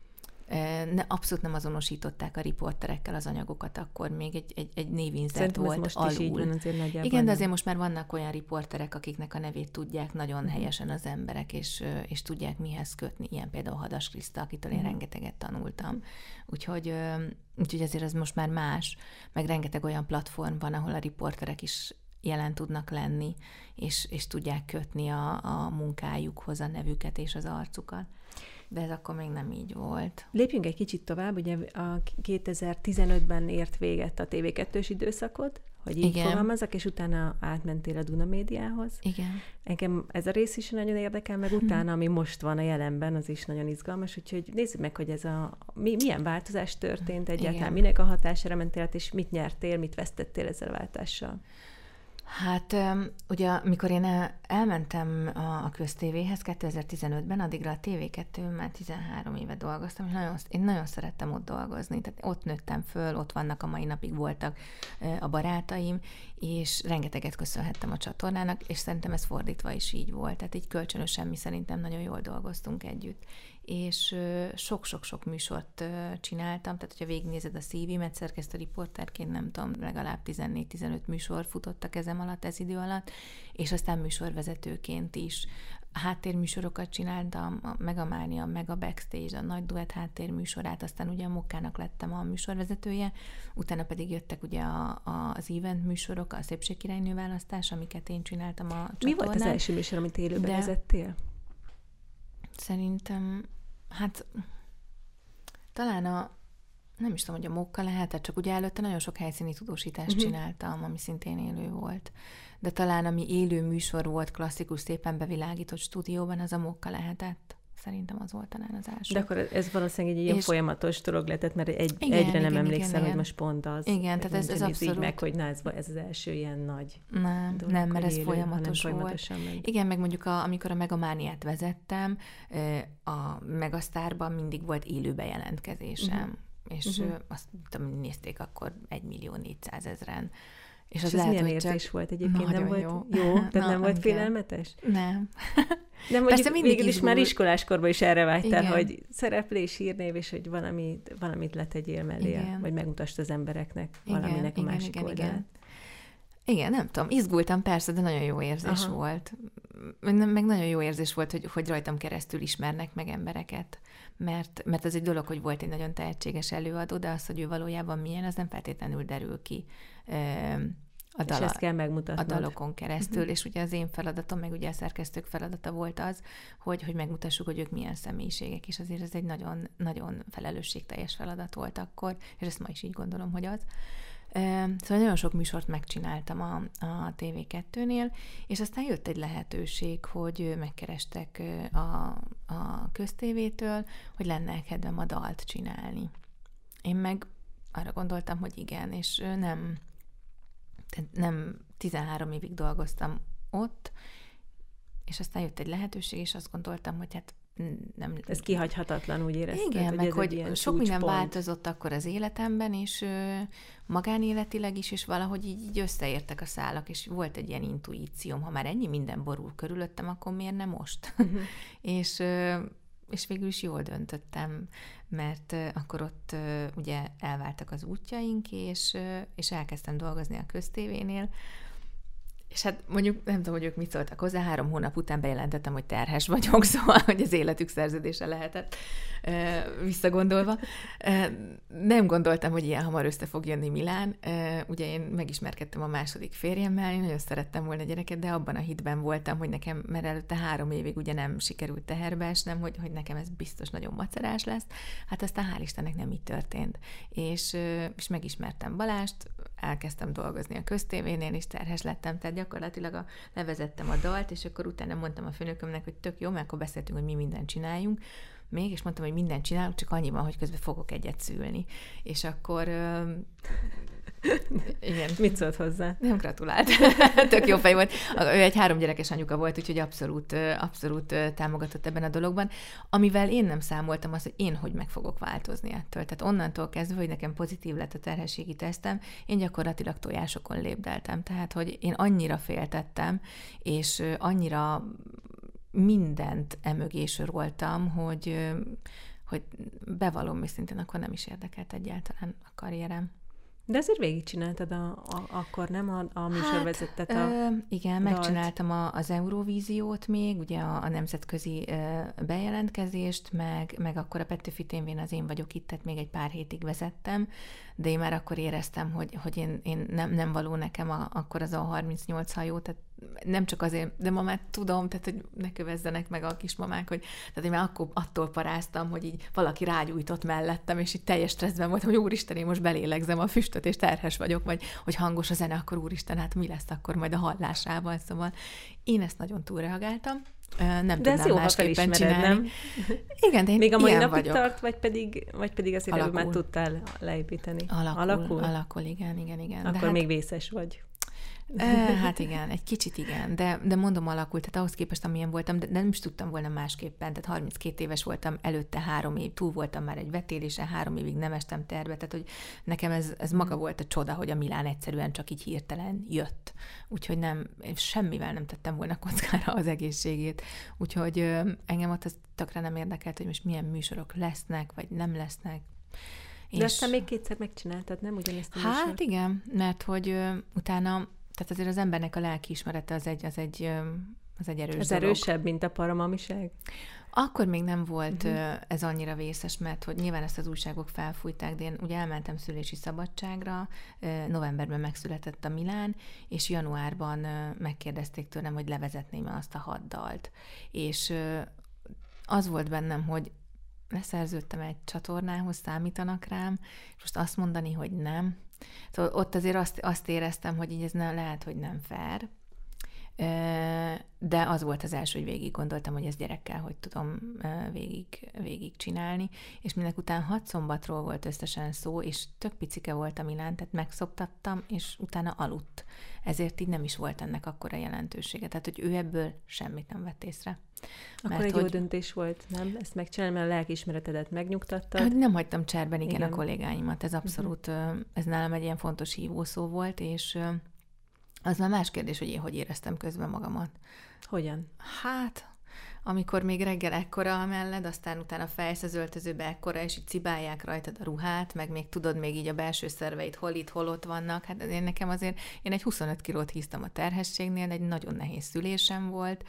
S2: Ne, abszolút nem azonosították a riporterekkel az anyagokat, akkor még egy, egy, egy névinzert volt most alul. Is így van, azért nagyjából igen, de azért most már vannak olyan riporterek, akiknek a nevét tudják nagyon uh-huh. helyesen az emberek, és, és tudják mihez kötni. Ilyen például Hadas Kriszta, akitől én uh-huh. rengeteget tanultam. Úgyhogy, úgyhogy azért ez most már más, meg rengeteg olyan platform van, ahol a riporterek is jelen tudnak lenni, és, és tudják kötni a, a munkájukhoz a nevüket és az arcukat. De ez akkor még nem így volt.
S1: Lépjünk egy kicsit tovább, ugye a kétezer-tizenötben ért véget a té vé kettős időszakod, hogy így igen. fogalmazzak, és utána átmentél a Duna Médiához.
S2: Igen.
S1: Engem ez a rész is nagyon érdekel, meg utána, ami most van a jelenben, az is nagyon izgalmas, úgyhogy nézzük meg, hogy ez a mi, milyen változás történt egyáltalán, igen. minek a hatására mentél, és mit nyertél, mit vesztettél ezzel a váltással.
S2: Hát ugye, amikor én elmentem a köztévéhez kétezer-tizenötben, addigra a té vé kettőn már tizenhárom éve dolgoztam, és nagyon, én nagyon szerettem ott dolgozni. Tehát ott nőttem föl, ott vannak, a mai napig voltak a barátaim, és rengeteget köszönhettem a csatornának, és szerintem ez fordítva is így volt. Tehát így kölcsönösen mi szerintem nagyon jól dolgoztunk együtt. És sok-sok-sok műsort csináltam, tehát hogyha végignézed a szívimet, szerkesztő riporterként, nem tudom, legalább tizennégy-tizenöt műsor futott a kezem alatt ez idő alatt, és aztán műsorvezetőként is. Háttérműsorokat csináltam, a Megamánia, meg a Backstage, a Nagy Duett háttérműsorát, aztán ugye a Mokkának lettem a műsorvezetője, utána pedig jöttek ugye a, a, az event műsorok, a Szépségkirálynő választás, amiket én csináltam a csatornán.
S1: Mi volt az első műsor, amit élőben vezettél?
S2: Szerintem, hát talán a, nem is tudom, hogy a Mokka lehetett, csak ugye előtte nagyon sok helyszíni tudósítást uh-huh. csináltam, ami szintén élő volt. De talán ami élő műsor volt, klasszikus, szépen bevilágított stúdióban, az a Mokka lehetett. Szerintem az volt talán az első.
S1: De akkor ez valószínűleg egy ilyen és folyamatos dolog lehetett, mert egy, igen, egyre nem igen, emlékszem, igen, hogy most pont az.
S2: Igen, tehát ez, ez abszolút.
S1: Így meg, hogy na, ez, ez az első ilyen nagy
S2: Nem, dolog, nem, mert ez élő, folyamatos volt. Megy. Igen, meg mondjuk a, amikor a Megamániát vezettem, a Megasztárban mindig volt élő bejelentkezésem. Uh-huh. És uh-huh. azt tudom, nézték akkor egymillió négyszázezren.
S1: És, és az ez lehet, milyen érzés csak volt egyébként? Nem volt jó? jó? Tehát Na, nem volt félelmetes?
S2: Nem.
S1: De mondjuk végül is már iskoláskorban is erre vágytál, igen. hogy szereplés, hírnév, és hogy valamit, valamit letegyél mellé, igen. vagy megmutasd az embereknek igen, valaminek igen, a másik igen, oldalát. Igen.
S2: igen, nem tudom, izgultam persze, de nagyon jó érzés Aha. volt. Meg nagyon jó érzés volt, hogy, hogy rajtam keresztül ismernek meg embereket. Mert, mert ez egy dolog, hogy volt egy nagyon tehetséges előadó, de az, hogy ő valójában milyen, az nem feltétlenül derül ki a, dala,
S1: ezt kell
S2: a dalokon keresztül, uh-huh. és ugye az én feladatom, meg ugye a szerkesztők feladata volt az, hogy, hogy megmutassuk, hogy ők milyen személyiségek, és azért ez egy nagyon, nagyon felelősségteljes feladat volt akkor, és ezt ma is így gondolom, hogy az. Szóval nagyon sok műsort megcsináltam a, a té vé kettőnél, és aztán jött egy lehetőség, hogy megkerestek a, a köztévétől, hogy lenne kedvem a dalt csinálni. Én meg arra gondoltam, hogy igen, és nem, nem tizenhárom évig dolgoztam ott, és aztán jött egy lehetőség, és azt gondoltam, hogy hát nem...
S1: Ez kihagyhatatlan, úgy érezted?
S2: Igen, meg hogy sok minden változott akkor az életemben, és ö, magánéletileg is, és valahogy így, így összeértek a szálak, és volt egy ilyen intuícióm, ha már ennyi minden borul körülöttem, akkor miért nem most? Uh-huh. és, ö, és végül is jól döntöttem, mert ö, akkor ott ö, ugye elváltak az útjaink, és, ö, és elkezdtem dolgozni a köztévénél, és hát mondjuk nem tudom, hogy ők mit szóltak hozzá, három hónap után bejelentettem, hogy terhes vagyok, szóval, hogy az életük szerződése lehetett visszagondolva. Nem gondoltam, hogy ilyen hamar össze fog jönni Milán. Ugye én megismerkedtem a második férjemmel, én nagyon szerettem volna gyereket, de abban a hitben voltam, hogy nekem, mert előtte három évig ugye nem sikerült teherbe esnem, hogy, hogy nekem ez biztos nagyon macerás lesz. Hát aztán hál' Istennek nem így történt. És, és megismertem Balást, elkezdtem dolgozni a köztévénél, és terhes lettem, tehát gyakorlatilag a, levezettem a dalt, és akkor utána mondtam a főnökömnek, hogy tök jó, mert akkor beszéltünk, hogy mi mindent csináljunk, még, és mondtam, hogy mindent csinálunk, csak annyi van, hogy közben fogok egyet szülni. És akkor... Igen.
S1: Mit szólt hozzá?
S2: Nem gratulált. Tök jó fej volt. Ő egy három gyerekes anyuka volt, úgyhogy abszolút, abszolút támogatott ebben a dologban. Amivel én nem számoltam az, hogy én hogy meg fogok változni ettől. Tehát onnantól kezdve, hogy nekem pozitív lett a terhességi tesztem, én gyakorlatilag tojásokon lépdeltem. Tehát, hogy én annyira féltettem, és annyira mindent emögé soroltam, hogy, hogy bevallom őszintén, akkor nem is érdekelt egyáltalán a karrierem.
S1: De azért végigcsináltad a, a, akkor, nem? A, a műsorvezetet,
S2: hát,
S1: a
S2: ö, igen, dalt. Megcsináltam a, az Eurovíziót még, ugye a, a nemzetközi ö, bejelentkezést, meg, meg akkor a Petőfi tévén az Én vagyok itt, tehát még egy pár hétig vezettem, de én már akkor éreztem, hogy, hogy én, én nem, nem való nekem a, akkor az a harmincnyolc hajó, tehát nem csak azért, de ma már tudom, tehát hogy ne kövezzenek meg a kismamák, hogy tehát én már akkor attól paráztam, hogy így valaki rágyújtott mellettem, és így teljes stresszben voltam, hogy úristen, én most belélegzem a füstöt, és terhes vagyok, vagy hogy hangos a zene, akkor úristen, hát mi lesz akkor majd a hallásával, szóval én ezt nagyon túlreagáltam. Nem de tudnám
S1: jó,
S2: másképpen csinálni. Nem? Igen, de én
S1: még a mai napig
S2: vagyok.
S1: Tart, vagy pedig, vagy pedig azért előbb már tudtál leépíteni?
S2: Alakul, alakul, alakul igen, igen, igen.
S1: Akkor hát... még vészes vagy.
S2: Hát igen, egy kicsit igen, de, de mondom alakult, tehát ahhoz képest, amilyen voltam, de nem is tudtam volna másképpen, tehát harminckét éves voltam, előtte három év, túl voltam már egy vetélésen, három évig nem estem terve, tehát hogy nekem ez, ez maga volt a csoda, hogy a Milán egyszerűen csak így hirtelen jött. Úgyhogy nem, semmivel nem tettem volna kockára az egészségét. Úgyhogy engem ott ez tökre nem érdekelt, hogy most milyen műsorok lesznek, vagy nem lesznek.
S1: De és... aztán még kétszer megcsináltad, nem? Ugyanezt a
S2: Hát
S1: műsort?
S2: igen, mert hogy uh, utána tehát azért az embernek a lelkiismerete az egy, az egy, az egy erős
S1: Ez
S2: dolog.
S1: erősebb, mint a paramamiság?
S2: Akkor még nem volt uh-huh. ez annyira vészes, mert hogy nyilván ezt az újságok felfújták, de én ugye elmentem szülési szabadságra, novemberben megszületett a Milán, és januárban megkérdezték tőlem, hogy levezetném azt a hat dalt. És az volt bennem, hogy leszerződtem egy csatornához, számítanak rám, és most azt mondani, hogy nem. Szóval ott azért azt, azt éreztem, hogy így ez nem, lehet, hogy nem fair, de az volt az első, hogy végig gondoltam, hogy ezt gyerekkel hogy tudom végig, végig csinálni, és minek után hat szombatról volt összesen szó, és tök picike volt a Milán, tehát megszoptattam, és utána aludt. Ezért így nem is volt ennek akkora jelentősége. Tehát, hogy ő ebből semmit nem vett észre.
S1: Akkor
S2: Mert,
S1: egy
S2: hogy...
S1: jó döntés volt, nem? Ezt megcsinálni, mert a lelkiismeretedet megnyugtattad.
S2: Nem hagytam cserben, igen, igen, a kollégáimat. Ez abszolút, uh-huh. ez nálam egy ilyen fontos hívószó volt, és az már más kérdés, hogy én hogy éreztem közben magamat.
S1: Hogyan?
S2: Hát, amikor még reggel ekkora a melled, aztán utána fejsz az öltözőbe ekkora, és így cibálják rajtad a ruhát, meg még tudod még így a belső szerveid hol itt, hol ott vannak. Hát én nekem azért, én egy huszonöt kilót híztam a terhességnél, egy nagyon nehéz szülésem volt,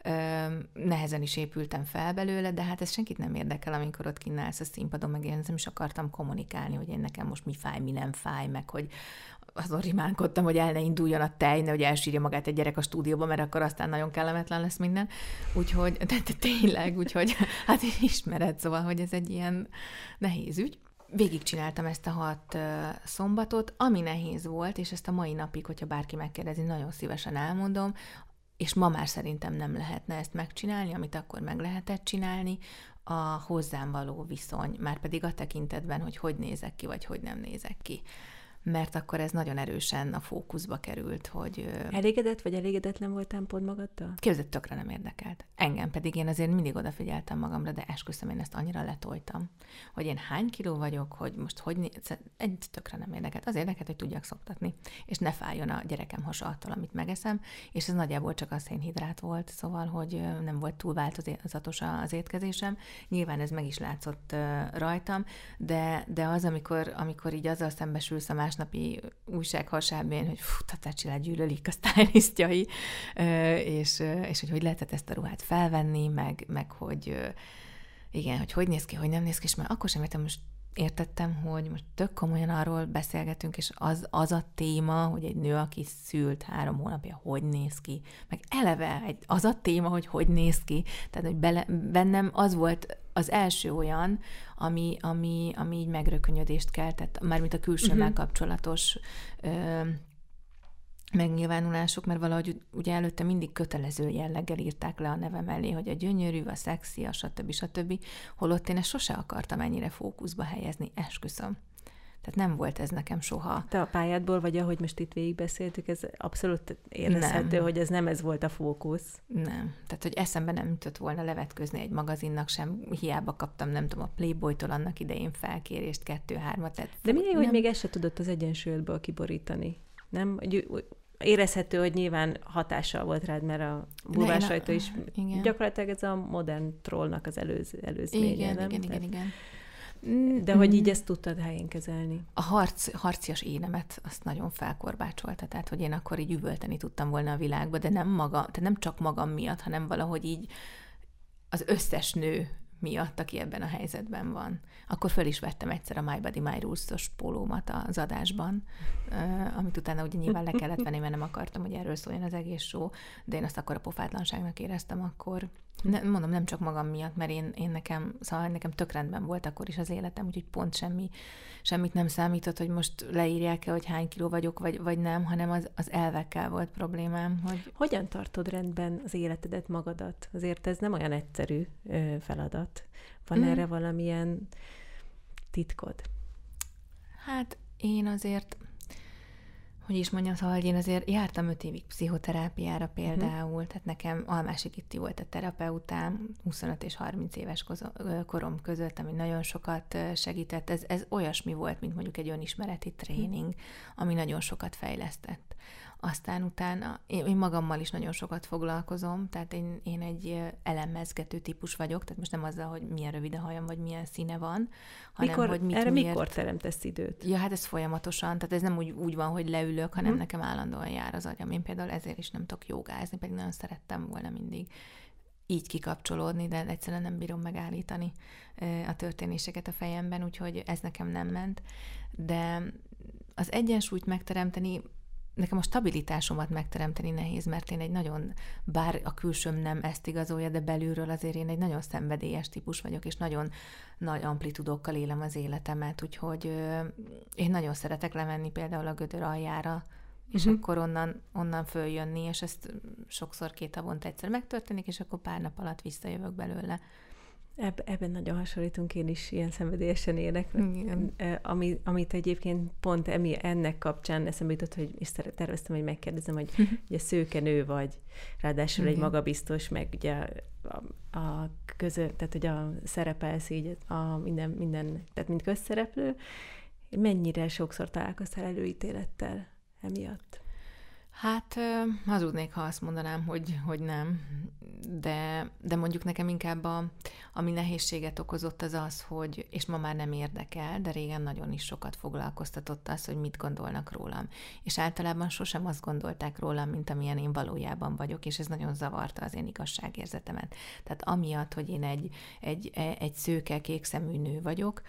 S2: nehezen is épültem fel belőle, de hát ez senkit nem érdekel, amikor ott kínálsz a színpadon, meg én nem is akartam kommunikálni, hogy én nekem most mi fáj, mi nem fáj, meg hogy azon rimánkodtam, hogy el ne induljon a tej, ne, hogy elsírja magát egy gyerek a stúdióba, mert akkor aztán nagyon kellemetlen lesz minden. Úgyhogy, de, de tényleg, úgyhogy hát ismered, szóval, hogy ez egy ilyen nehéz ügy. Végigcsináltam ezt a hat uh, szombatot, ami nehéz volt, és ezt a mai napig, hogyha bárki megkérdezi, nagyon szívesen elmondom, és ma már szerintem nem lehetne ezt megcsinálni, amit akkor meg lehetett csinálni, a hozzám való viszony, már pedig a tekintetben, hogy hogy nézek ki, vagy hogy nem nézek ki. Mert akkor ez nagyon erősen a fókuszba került, hogy...
S1: Elégedett vagy elégedetlen voltál pont magaddal?
S2: Képzeld, tökre nem érdekelt. Engem pedig én azért mindig odafigyeltem magamra, de esküszöm, én ezt annyira letoltam, hogy én hány kiló vagyok, hogy most hogy... Né- egy tökre nem érdekelt. Az érdekelt, hogy tudjak szoktatni, és ne fájjon a gyerekem hasa attól, amit megeszem, és ez nagyjából csak a szénhidrát volt, szóval, hogy nem volt túl változatos az étkezésem. Nyilván ez meg is látszott rajtam, de, de az, amikor, amikor így azzal szembesülsz a másnapi újság hasábén, hogy fú, Tatácsilát gyűlölik a sztálisztjai, és, és hogy hogy lehetett ezt a ruhát felvenni, meg, meg hogy igen, hogy hogy néz ki, hogy nem néz ki, és már akkor sem értem, most értettem, hogy most tök komolyan arról beszélgetünk, és az, az a téma, hogy egy nő, aki szült három hónapja, hogy néz ki, meg eleve egy, az a téma, hogy hogy néz ki, tehát hogy bele, bennem az volt az első olyan, ami, ami, ami így megrökönyödést keltett, mármint a külsőmmel uh-huh. kapcsolatos ö, megnyilvánulások, mert valahogy ugye előtte mindig kötelező jelleggel írták le a neve mellé, hogy a gyönyörű, a szexi, a stb. stb. Holott én ezt sose akartam ennyire fókuszba helyezni, esküszöm. Tehát nem volt ez nekem soha.
S1: Te a pályádból, vagy ahogy most itt végigbeszéltük, ez abszolút érezhető, nem. hogy ez nem ez volt a fókusz.
S2: Nem. Tehát, hogy eszembe nem jutott volna levetközni egy magazinnak sem, hiába kaptam, nem tudom, a Playboytól annak idején felkérést, kettő-hármat. Tehát
S1: de milyen, hogy még ezt se tudott az egyensúlyodból kiborítani? Nem? Érezhető, hogy nyilván hatással volt rád, mert a bulvár sajtó is igen. gyakorlatilag ez a modern trollnak az előz, előzménye.
S2: Igen,
S1: nem?
S2: igen, igen, igen.
S1: De hogy így ezt tudtad helyén kezelni?
S2: A harc, harcias énemet azt nagyon felkorbácsolta, tehát hogy én akkor így üvölteni tudtam volna a világba, de nem maga, tehát nem csak magam miatt, hanem valahogy így az összes nő miatt, aki ebben a helyzetben van. Akkor föl is vettem egyszer a My Body, My Rules-os pólómat az adásban, amit utána ugye nyilván le kellett venni, mert nem akartam, hogy erről szóljon az egész show, de én azt akkor a pofátlanságnak éreztem akkor. Ne, mondom, nem csak magam miatt, mert én, én nekem, szóval nekem tök rendben volt akkor is az életem, úgyhogy pont semmi, semmit nem számított, hogy most leírják-e, hogy hány kiló vagyok, vagy, vagy nem, hanem az, az elvekkel volt problémám. Hogy...
S1: Hogyan tartod rendben az életedet, magadat? Azért ez nem olyan egyszerű ö, feladat. Van mm. erre valamilyen titkod?
S2: Hát én azért... hogy is mondjam, szóval, hogy én azért jártam öt évig pszichoterápiára például, uh-huh. tehát nekem Almási Kitti volt a terapeutám, huszonöt és harminc éves korom között, ami nagyon sokat segített. Ez, ez olyasmi volt, mint mondjuk egy önismereti tréning, uh-huh. ami nagyon sokat fejlesztett. Aztán utána én, én magammal is nagyon sokat foglalkozom, tehát én, én egy elemezgető típus vagyok, tehát most nem azzal, hogy milyen rövid a hajam, vagy milyen színe van, hanem
S1: mikor,
S2: hogy mit
S1: erre
S2: miért...
S1: mikor teremtesz időt?
S2: Ja, hát ez folyamatosan, tehát ez nem úgy, úgy van, hogy leülök, hanem hmm. nekem állandóan jár az agyam. Én például ezért is nem tudok jogázni, pedig nagyon szerettem volna mindig így kikapcsolódni, de egyszerűen nem bírom megállítani a történéseket a fejemben, úgyhogy ez nekem nem ment. De az egyensúlyt megteremteni, nekem a stabilitásomat megteremteni nehéz, mert én egy nagyon, bár a külsőm nem ezt igazolja, de belülről azért én egy nagyon szenvedélyes típus vagyok, és nagyon nagy amplitudókkal élem az életemet, úgyhogy ö, én nagyon szeretek lemenni például a gödör aljára, és uh-huh. akkor onnan, onnan följönni, és ezt sokszor két havonta egyszer megtörténik, és akkor pár nap alatt visszajövök belőle.
S1: Eb- ebben nagyon hasonlítunk, én is ilyen szenvedélyesen élek, ami, amit egyébként pont emi, ennek kapcsán eszembe jutott, hogy is terveztem, hogy megkérdezem, hogy ugye szőkenő vagy, ráadásul igen. egy magabiztos, meg ugye a, a közö, tehát hogy a szerepelsz így a minden, minden, tehát mint közszereplő, mennyire sokszor találkoztál előítélettel emiatt?
S2: Hát hazudnék, ha azt mondanám, hogy, hogy nem, de, de mondjuk nekem inkább a, ami nehézséget okozott az az, hogy, és ma már nem érdekel, de régen nagyon is sokat foglalkoztatott az, hogy mit gondolnak rólam. És általában sosem azt gondolták rólam, mint amilyen én valójában vagyok, és ez nagyon zavarta az én igazságérzetemet. Tehát amiatt, hogy én egy, egy, egy szőke, kékszemű nő vagyok,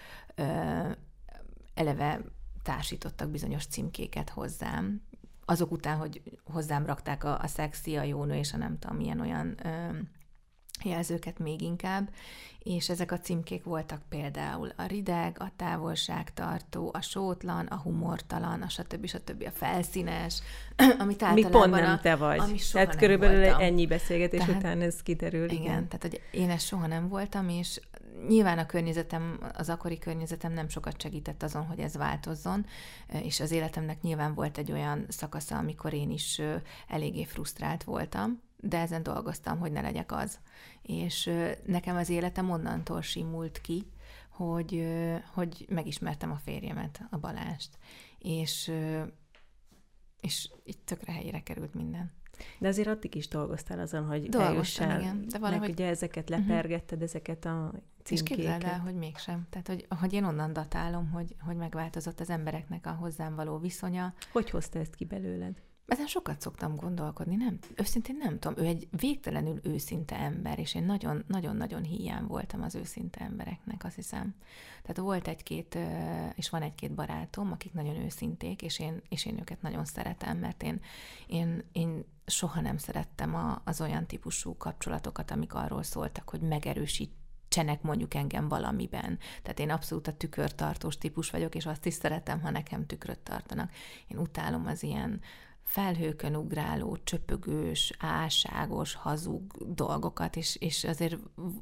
S2: eleve társítottak bizonyos címkéket hozzám, azok után, hogy hozzám rakták a, a szexi, a jónő és a nem tudom, milyen olyan ö, jelzőket még inkább, és ezek a címkék voltak például a rideg, a távolságtartó, a sótlan, a humortalan, a stb. stb. A felszínes, amit általában...
S1: Mi pont nem te vagy.
S2: Ami soha
S1: tehát
S2: nem
S1: körülbelül
S2: voltam.
S1: Ennyi beszélgetés tehát, után ez kiderül.
S2: Igen, igen, tehát hogy én ezt soha nem voltam, és nyilván a környezetem, az akkori környezetem nem sokat segített azon, hogy ez változzon, és az életemnek nyilván volt egy olyan szakasza, amikor én is eléggé frusztrált voltam, de ezen dolgoztam, hogy ne legyek az. És nekem az életem onnantól simult ki, hogy, hogy megismertem a férjemet, a Balást. És, és itt tökre helyére került minden.
S1: De azért addig is dolgoztál azon, hogy
S2: Dolgoztam,
S1: eljussál.
S2: Igen. De valahogy...
S1: Meg ugye ezeket lepergetted, uh-huh. ezeket a címkéket.
S2: És képzeld el, hogy mégsem. Tehát, hogy, hogy én onnan datálom, hogy, hogy megváltozott az embereknek a hozzám való viszonya.
S1: Hogy hozta ezt ki belőled?
S2: Ezen sokat szoktam gondolkodni, nem? Őszintén nem tudom, ő egy végtelenül őszinte ember, és én nagyon-nagyon híján voltam az őszinte embereknek, azt hiszem. Tehát volt egy-két, és van egy-két barátom, akik nagyon őszinték, és én, és én őket nagyon szeretem, mert én, én, én soha nem szerettem a, az olyan típusú kapcsolatokat, amik arról szóltak, hogy megerősít segítsenek mondjuk engem valamiben. Tehát én abszolút a tükörtartós típus vagyok, és azt is szeretem, ha nekem tükröt tartanak. Én utálom az ilyen felhőkön ugráló, csöpögős, álságos, hazug dolgokat, és, és azért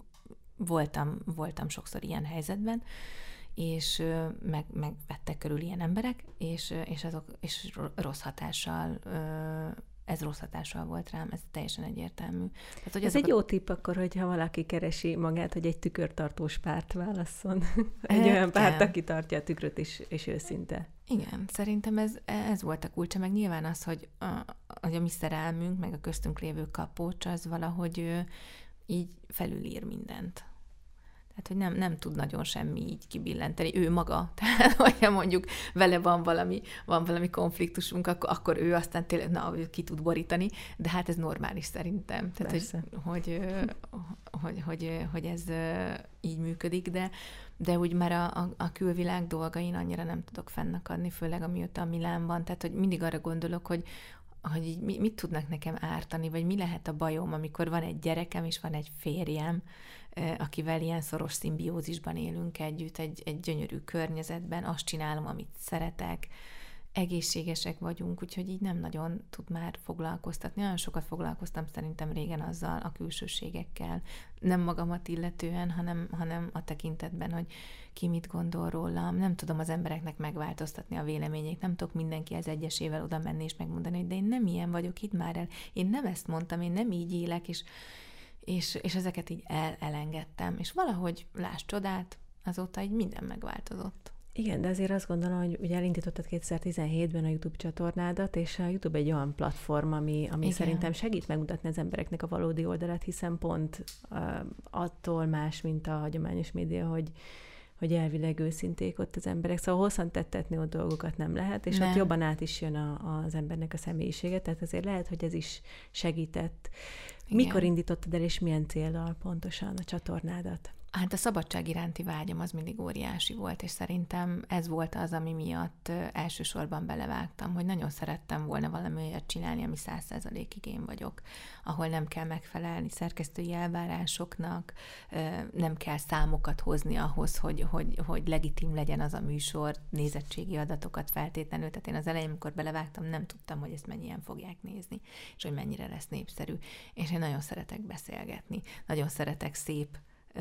S2: voltam, voltam sokszor ilyen helyzetben, és meg, megvettek körül ilyen emberek, és, és, azok, és rossz hatással, ez rossz hatással volt rám, ez teljesen egyértelmű. Tehát, hogy
S1: ez egy a... jó tipp akkor, hogyha valaki keresi magát, hogy egy tükörtartós párt válasszon. Egy e, olyan párt, aki tartja a tükröt és, és őszinte.
S2: Igen, szerintem ez, ez volt a kulcsa, meg nyilván az, hogy a, hogy a mi szerelmünk, meg a köztünk lévő kapocs, az valahogy így felülír mindent. Tehát, hogy nem, nem tud nagyon semmi így kibillenteni. Ő maga. Tehát, hogyha mondjuk vele van valami, van valami konfliktusunk, akkor, akkor ő aztán tényleg, na, ki tud borítani, de hát ez normális szerintem. Tehát, hogy, hogy, hogy, hogy, hogy ez így működik, de, de úgy már a, a, a külvilág dolgain annyira nem tudok fennakadni, főleg amióta a Milánban. Tehát, hogy mindig arra gondolok, hogy hogy így mit tudnak nekem ártani, vagy mi lehet a bajom, amikor van egy gyerekem, és van egy férjem, akivel ilyen szoros szimbiózisban élünk együtt, egy, egy gyönyörű környezetben, azt csinálom, amit szeretek, egészségesek vagyunk, úgyhogy így nem nagyon tud már foglalkoztatni. Nagyon sokat foglalkoztam szerintem régen azzal, a külsőségekkel, nem magamat illetően, hanem, hanem a tekintetben, hogy ki mit gondol rólam. Nem tudom az embereknek megváltoztatni a véleményét, nem tudok mindenki az egyesével oda menni és megmondani, hogy de én nem ilyen vagyok, hidd már el, én nem ezt mondtam, én nem így élek, és, és, és ezeket így el, elengedtem. És valahogy, láss csodát, azóta így minden megváltozott.
S1: Igen, de azért azt gondolom, hogy ugye elindítottad kétezer-tizenhétben a YouTube csatornádat, és a YouTube egy olyan platform, ami, ami szerintem segít megmutatni az embereknek a valódi oldalát, hiszen pont uh, attól más, mint a hagyományos média, hogy hogy elvileg őszinték ott az emberek. Szóval hosszan tettetni ott dolgokat nem lehet, és nem. Ott jobban át is jön a, az embernek a személyisége, tehát azért lehet, hogy ez is segített. Igen. Mikor indítottad el, és milyen céllal pontosan a csatornádat?
S2: Hát a szabadság iránti vágyam az mindig óriási volt, és szerintem ez volt az, ami miatt elsősorban belevágtam, hogy nagyon szerettem volna valami olyat csinálni, ami száz százalékig én vagyok, ahol nem kell megfelelni szerkesztői elvárásoknak, nem kell számokat hozni ahhoz, hogy, hogy, hogy legitim legyen az a műsor, nézettségi adatokat feltétlenül. Tehát én az elején, amikor belevágtam, nem tudtam, hogy ezt mennyien fogják nézni, és hogy mennyire lesz népszerű. És én nagyon szeretek beszélgetni, nagyon szeretek szép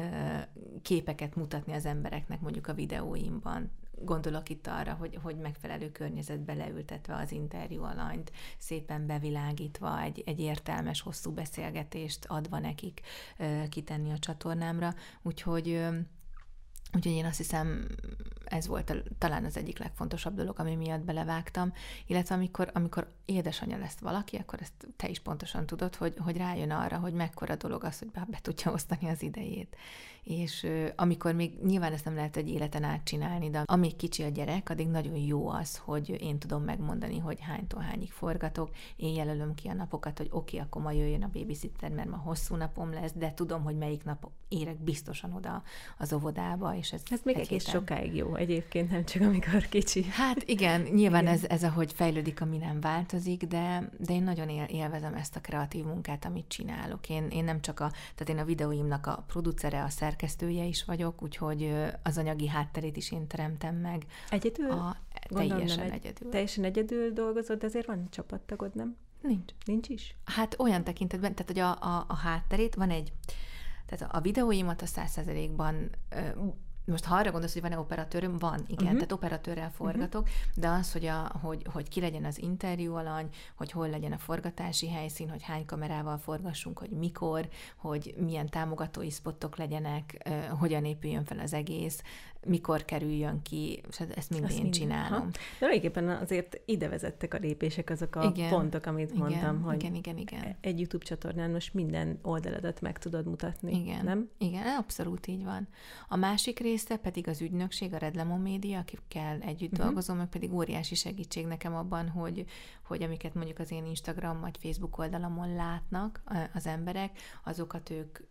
S2: képeket mutatni az embereknek mondjuk a videóimban. Gondolok itt arra, hogy, hogy megfelelő környezetbe leültetve az interjú alanyt, szépen bevilágítva, egy, egy értelmes, hosszú beszélgetést adva nekik kitenni a csatornámra. Úgyhogy Úgyhogy én azt hiszem, ez volt a, talán az egyik legfontosabb dolog, ami miatt belevágtam, illetve amikor, amikor édesanyja lesz valaki, akkor ezt te is pontosan tudod, hogy, hogy rájön arra, hogy mekkora dolog az, hogy be, be tudja osztani az idejét. És uh, amikor még nyilván ezt nem lehet egy életen át csinálni, de amíg kicsi a gyerek, addig nagyon jó az, hogy én tudom megmondani, hogy hánytól hányig forgatok, én jelölöm ki a napokat, hogy oké, okay, akkor ma jöjjön a babysitter, mert ma hosszú napom lesz, de tudom, hogy melyik nap érek biztosan oda az óvodába, és ez,
S1: ez még egész héten sokáig jó egyébként, nem csak amikor kicsi.
S2: Hát igen, nyilván igen. Ez, ez, ahogy fejlődik, ami nem változik, de, de én nagyon él, élvezem ezt a kreatív munkát, amit csinálok. Én, én nem csak a, tehát én a videóimnak a producere, a szerkesztője is vagyok, úgyhogy az anyagi hátterét is én teremtem meg.
S1: Egyedül?
S2: A, teljesen egy, egyedül.
S1: Teljesen egyedül dolgozod, de azért van csapattagod, nem?
S2: Nincs.
S1: Nincs is?
S2: Hát olyan tekintetben, tehát hogy a, a, a hátterét van egy, tehát a videóimat a száz százalékban most ha arra gondolsz, hogy van-e operatőröm, van, igen, uh-huh. tehát operatőrrel forgatok, uh-huh. de az, hogy, a, hogy, hogy ki legyen az interjú alany, hogy hol legyen a forgatási helyszín, hogy hány kamerával forgassunk, hogy mikor, hogy milyen támogatói spottok legyenek, uh, hogyan épüljön fel az egész, mikor kerüljön ki, és ezt mind én csinálom. Ha.
S1: De végképpen azért ide vezettek a lépések, azok a igen, pontok, amit
S2: igen,
S1: mondtam, hogy
S2: igen, igen, igen.
S1: egy YouTube csatornán most minden oldaladat meg tudod mutatni,
S2: igen,
S1: nem?
S2: Igen, abszolút így van. A másik része pedig az ügynökség, a Red Lemon Media, akikkel együtt uh-huh. dolgozom, meg pedig óriási segítség nekem abban, hogy, hogy amiket mondjuk az én Instagram vagy Facebook oldalamon látnak az emberek, azokat ők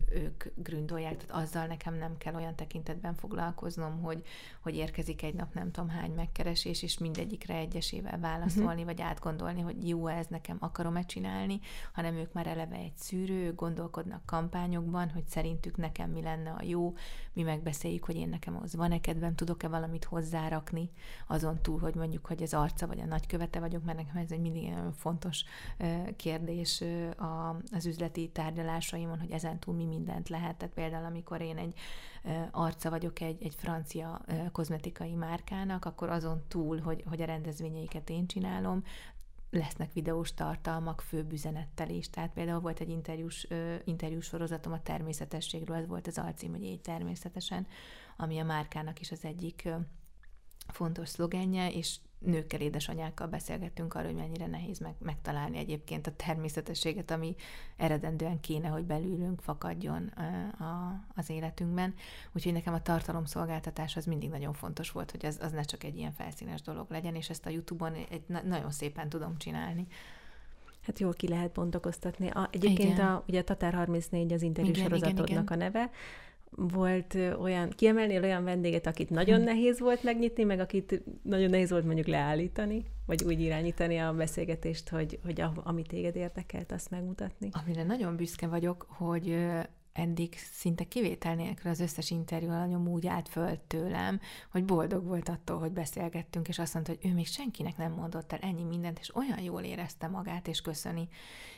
S2: ők gründolják, tehát azzal nekem nem kell olyan tekintetben foglalkoznom, hogy, hogy érkezik egy nap nem tudom hány megkeresés, és mindegyikre egyesével válaszolni, uh-huh. vagy átgondolni, hogy jó ez nekem, akarom-e csinálni, hanem ők már eleve egy szűrő, gondolkodnak kampányokban, hogy szerintük nekem mi lenne a jó, mi megbeszéljük, hogy én nekem az van-e kedvem, tudok-e valamit hozzárakni, azon túl, hogy mondjuk, hogy az arca vagy a nagykövete vagyok, mert nekem ez egy mindig egy nagyon fontos kérdés az üzleti tárgyalásaimon, hogy ezen túl mi mindent lehet. Tehát például, amikor én egy arca vagyok egy, egy francia kozmetikai márkának, akkor azon túl, hogy, hogy a rendezvényeiket én csinálom, lesznek videós tartalmak főbb üzenettel is. Tehát például volt egy interjús, interjús sorozatom a természetességről, ez volt az alcím, hogy égy természetesen, ami a márkának is az egyik fontos szlogenje, és nőkkel, édesanyákkal beszélgettünk arról, hogy mennyire nehéz meg, megtalálni egyébként a természetességet, ami eredendően kéne, hogy belülünk fakadjon a, az életünkben. Úgyhogy nekem a tartalomszolgáltatás az mindig nagyon fontos volt, hogy az, az ne csak egy ilyen felszínes dolog legyen, és ezt a YouTube-on egy, nagyon szépen tudom csinálni.
S3: Hát jól ki lehet bontakoztatni. A, egyébként a, ugye a Tatár harmincnégy az interjú igen, sorozatodnak igen, igen. a neve. Volt olyan, kiemelnél olyan vendéget, akit nagyon hm. nehéz volt megnyitni, meg akit nagyon nehéz volt mondjuk leállítani, vagy úgy irányítani a beszélgetést, hogy, hogy a, ami téged érdekelt, azt megmutatni?
S2: Amire nagyon büszke vagyok, hogy eddig szinte kivétel nélkül az összes interjú alanyom úgy állt föl tőlem, hogy boldog volt attól, hogy beszélgettünk, és azt mondta, hogy ő még senkinek nem mondott el ennyi mindent, és olyan jól érezte magát, és köszöni.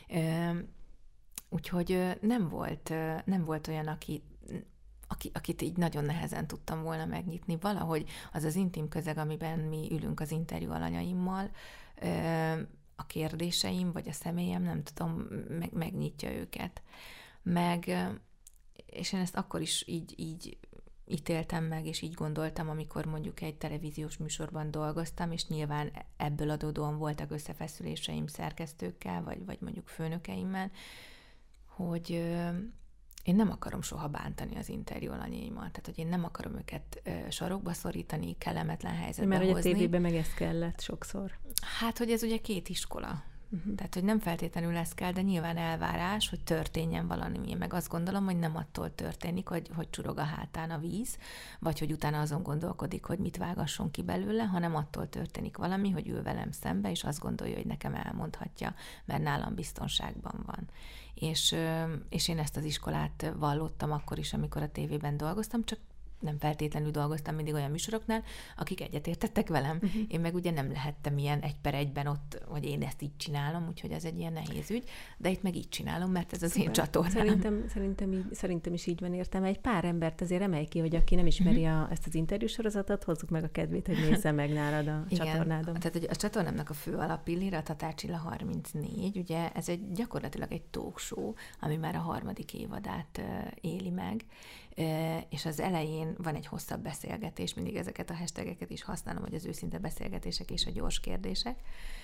S2: Úgyhogy nem volt, nem volt olyan, aki Aki, akit így nagyon nehezen tudtam volna megnyitni. Valahogy az az intim közeg, amiben mi ülünk az interjú alanyaimmal, a kérdéseim, vagy a személyem, nem tudom, meg, megnyitja őket. Meg, és én ezt akkor is így, így ítéltem meg, és így gondoltam, amikor mondjuk egy televíziós műsorban dolgoztam, és nyilván ebből adódóan voltak összefeszüléseim szerkesztőkkel, vagy, vagy mondjuk főnökeimmel, hogy én nem akarom soha bántani az interjú alanyaimat, tehát hogy én nem akarom őket ö, sarokba szorítani, kellemetlen helyzetbe
S3: mert
S2: hozni.
S3: Mert hogy a tévében meg ez kellett sokszor.
S2: Hát, hogy ez ugye két iskola. Uh-huh. Tehát, hogy nem feltétlenül ez kell, de nyilván elvárás, hogy történjen valami. Én meg azt gondolom, hogy nem attól történik, hogy, hogy csurog a hátán a víz, vagy hogy utána azon gondolkodik, hogy mit vágasson ki belőle, hanem attól történik valami, hogy ül velem szembe, és azt gondolja, hogy nekem elmondhatja, mert nálam biztonságban van. És, és én ezt az iskolát vallottam akkor is, amikor a tévében dolgoztam, csak nem feltétlenül dolgoztam mindig olyan műsoroknál, akik egyetértettek velem. Uh-huh. Én meg ugye nem lehettem ilyen egy per egyben ott, hogy én ezt így csinálom, úgyhogy ez egy ilyen nehéz ügy, de itt meg így csinálom, mert ez az Szuper. Én csatornám.
S3: Szerintem, szerintem, így, szerintem is így van értem. Egy pár embert azért emelj ki, hogy aki nem ismeri uh-huh. a, ezt az interjúsorozatot, hozzuk meg a kedvét, hogy nézze meg nálad a
S2: igen.
S3: csatornádon.
S2: Tehát hogy a csatornámnak a fő alappillére a Tatár Csilla harmincnégy, ugye ez egy gyakorlatilag egy talk show, ami már a harmadik évadát uh, éli meg, és az elején van egy hosszabb beszélgetés, mindig ezeket a hashtageket is használom, hogy az őszinte beszélgetések és a gyors kérdések,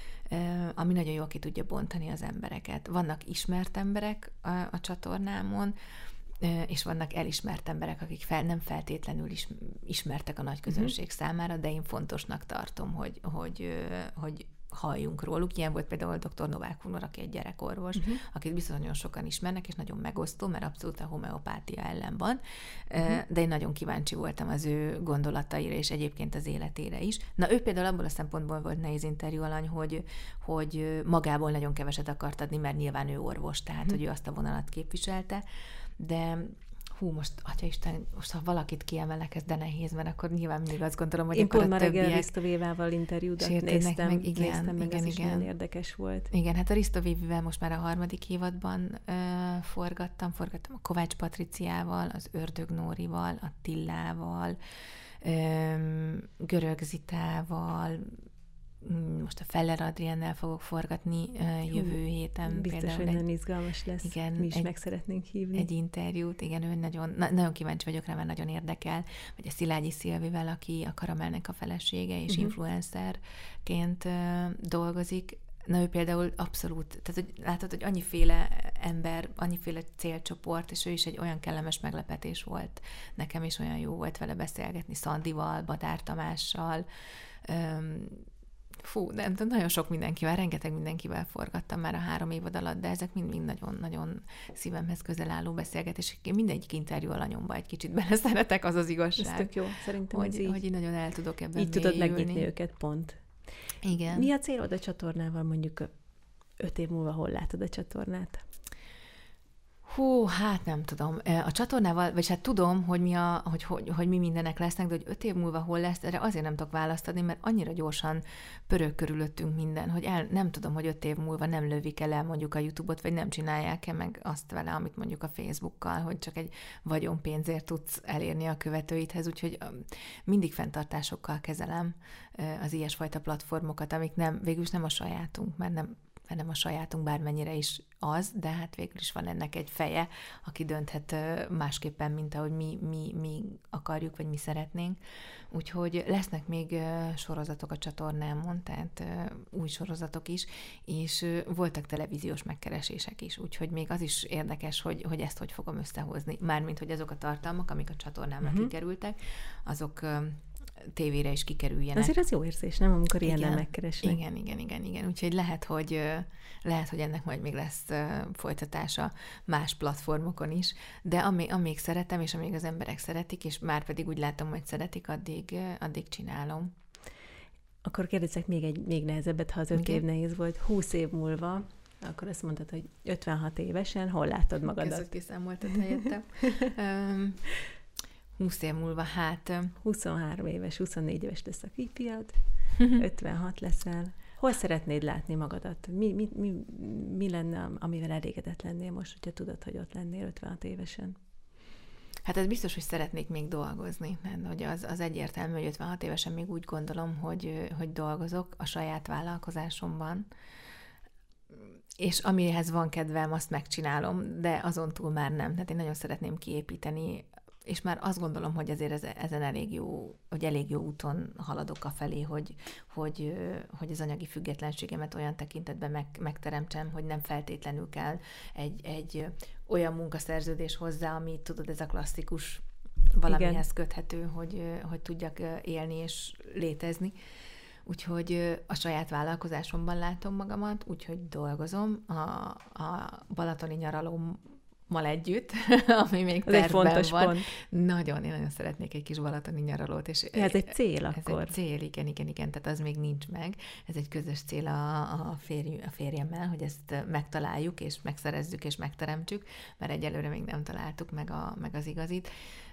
S2: ami nagyon jól ki tudja bontani az embereket. Vannak ismert emberek a, a csatornámon, és vannak elismert emberek, akik fel, nem feltétlenül is, ismertek a nagy közönség uh-huh. számára, de én fontosnak tartom, hogy, hogy, hogy halljunk róluk. Ilyen volt például doktor Novák Hunor, aki egy gyerekorvos, uh-huh. akit biztos nagyon sokan ismernek, és nagyon megosztó, mert abszolút a homeopátia ellen van. Uh-huh. De én nagyon kíváncsi voltam az ő gondolataira, és egyébként az életére is. Na, ő például abból a szempontból volt nehéz interjú alany, hogy, hogy magából nagyon keveset akart adni, mert nyilván ő orvos, tehát uh-huh. hogy ő azt a vonalat képviselte, de hú, most, atyaisten, most ha valakit kiemelek, ez de nehéz, mert akkor nyilván mindig azt gondolom, hogy
S3: én
S2: akkor
S3: pont
S2: a
S3: már
S2: többiek...
S3: reggel Risto Vévával interjúdat néztem, meg, igen, néztem meg, igen, ez igen. is nagyon érdekes volt.
S2: Igen, hát a Risto Vévivel most már a harmadik évadban ö, forgattam, forgattam a Kovács Patriciával, az Ördög Nórival, a Tillával, ö, Görög Zitával, most a Feller Adriennel fogok forgatni uh, jövő héten.
S3: Biztos, hogy nagyon izgalmas lesz. Igen, mi is egy, meg szeretnénk hívni.
S2: Egy interjút, igen, ő nagyon, na, nagyon kíváncsi vagyok rá, mert nagyon érdekel. Vagy a Szilágyi Szilvivel, aki a Karamelnek a felesége, és uh-huh. influencerként uh, dolgozik. Na, ő például abszolút, tehát hogy látod, hogy annyiféle ember, annyiféle célcsoport, és ő is egy olyan kellemes meglepetés volt. Nekem is olyan jó volt vele beszélgetni, Szandival, Badár Tamással, um, Fú, de nagyon sok mindenkivel, rengeteg mindenkivel forgattam már a három évad alatt, de ezek mind-mind nagyon-nagyon szívemhez közel álló beszélgetések. Én mindegyik interjú alanyomba egy kicsit beleszeretek, az az igazság.
S3: Ez tök jó, szerintem
S2: hogy,
S3: ez így.
S2: Hogy így nagyon el tudok ebben
S3: így tudod megnyitni őket, pont.
S2: Igen.
S3: Mi a célod a csatornával, mondjuk öt év múlva hol látod a csatornát?
S2: Hú, hát nem tudom. A csatornával, vagy hát tudom, hogy mi, a, hogy, hogy, hogy mi mindenek lesznek, de hogy öt év múlva hol lesz, erre azért nem tudok választ adni, mert annyira gyorsan pörög körülöttünk minden, hogy el, nem tudom, hogy öt év múlva nem lövik el mondjuk a YouTube-ot, vagy nem csinálják-e meg azt vele, amit mondjuk a Facebookkal, hogy csak egy vagyonpénzért tudsz elérni a követőidhez, úgyhogy mindig fenntartásokkal kezelem az ilyesfajta platformokat, amik nem, végülis nem a sajátunk, mert nem nem a sajátunk, bármennyire is az, de hát végül is van ennek egy feje, aki dönthet másképpen, mint ahogy mi, mi, mi akarjuk, vagy mi szeretnénk. Úgyhogy lesznek még sorozatok a csatornámon, tehát új sorozatok is, és voltak televíziós megkeresések is, úgyhogy még az is érdekes, hogy, hogy ezt hogy fogom összehozni. Mármint, hogy azok a tartalmak, amik a csatornámra uh-huh. kikerültek, azok tévére is kikerüljenek.
S3: Azért az jó érzés, nem? Amikor ilyennel megkeresnek.
S2: Igen, igen, igen, igen. Úgyhogy lehet, hogy lehet, hogy ennek majd még lesz folytatása más platformokon is, de amíg, amíg szeretem, és amíg az emberek szeretik, és már pedig úgy látom, hogy szeretik, addig, addig csinálom.
S3: Akkor kérdezzek még egy még nehezebbet, ha az öt év nehéz volt. húsz év múlva, akkor azt mondtad, hogy ötvenhat évesen, hol látod magadat?
S2: Között kiszámoltad helyettem. húsz év múlva, hát...
S3: huszonhárom éves, huszonnégy éves lesz a fifiad, ötvenhat leszel. Hol szeretnéd látni magadat? Mi, mi, mi, mi lenne, amivel elégedett lennél most, hogyha tudod, hogy ott lennél ötvenhat évesen?
S2: Hát ez biztos, hogy szeretnék még dolgozni, mert hogy az, az egyértelmű, hogy ötvenhat évesen még úgy gondolom, hogy, hogy dolgozok a saját vállalkozásomban, és amihez van kedvem, azt megcsinálom, de azon túl már nem. Tehát én nagyon szeretném kiépíteni, és már azt gondolom, hogy azért ezen elég jó, hogy elég jó úton haladok afelé, hogy, hogy, hogy az anyagi függetlenségemet olyan tekintetben meg, megteremtsem, hogy nem feltétlenül kell egy, egy olyan munkaszerződés hozzá, ami tudod, ez a klasszikus valamihez Igen. köthető, hogy, hogy tudjak élni és létezni. Úgyhogy a saját vállalkozásomban látom magamat, úgyhogy dolgozom a, a balatoni nyaralom mal együtt, ami még
S3: ez egy fontos
S2: van.
S3: Pont.
S2: Nagyon, én nagyon szeretnék egy kis balatoni nyaralót. És
S3: ja, ez egy cél
S2: ez
S3: akkor.
S2: Ez egy cél, igen, igen, igen, tehát az még nincs meg. Ez egy közös cél a, a, férj, a férjemmel, hogy ezt megtaláljuk, és megszerezzük, és megteremtsük, mert egyelőre még nem találtuk meg, a, meg az igazit.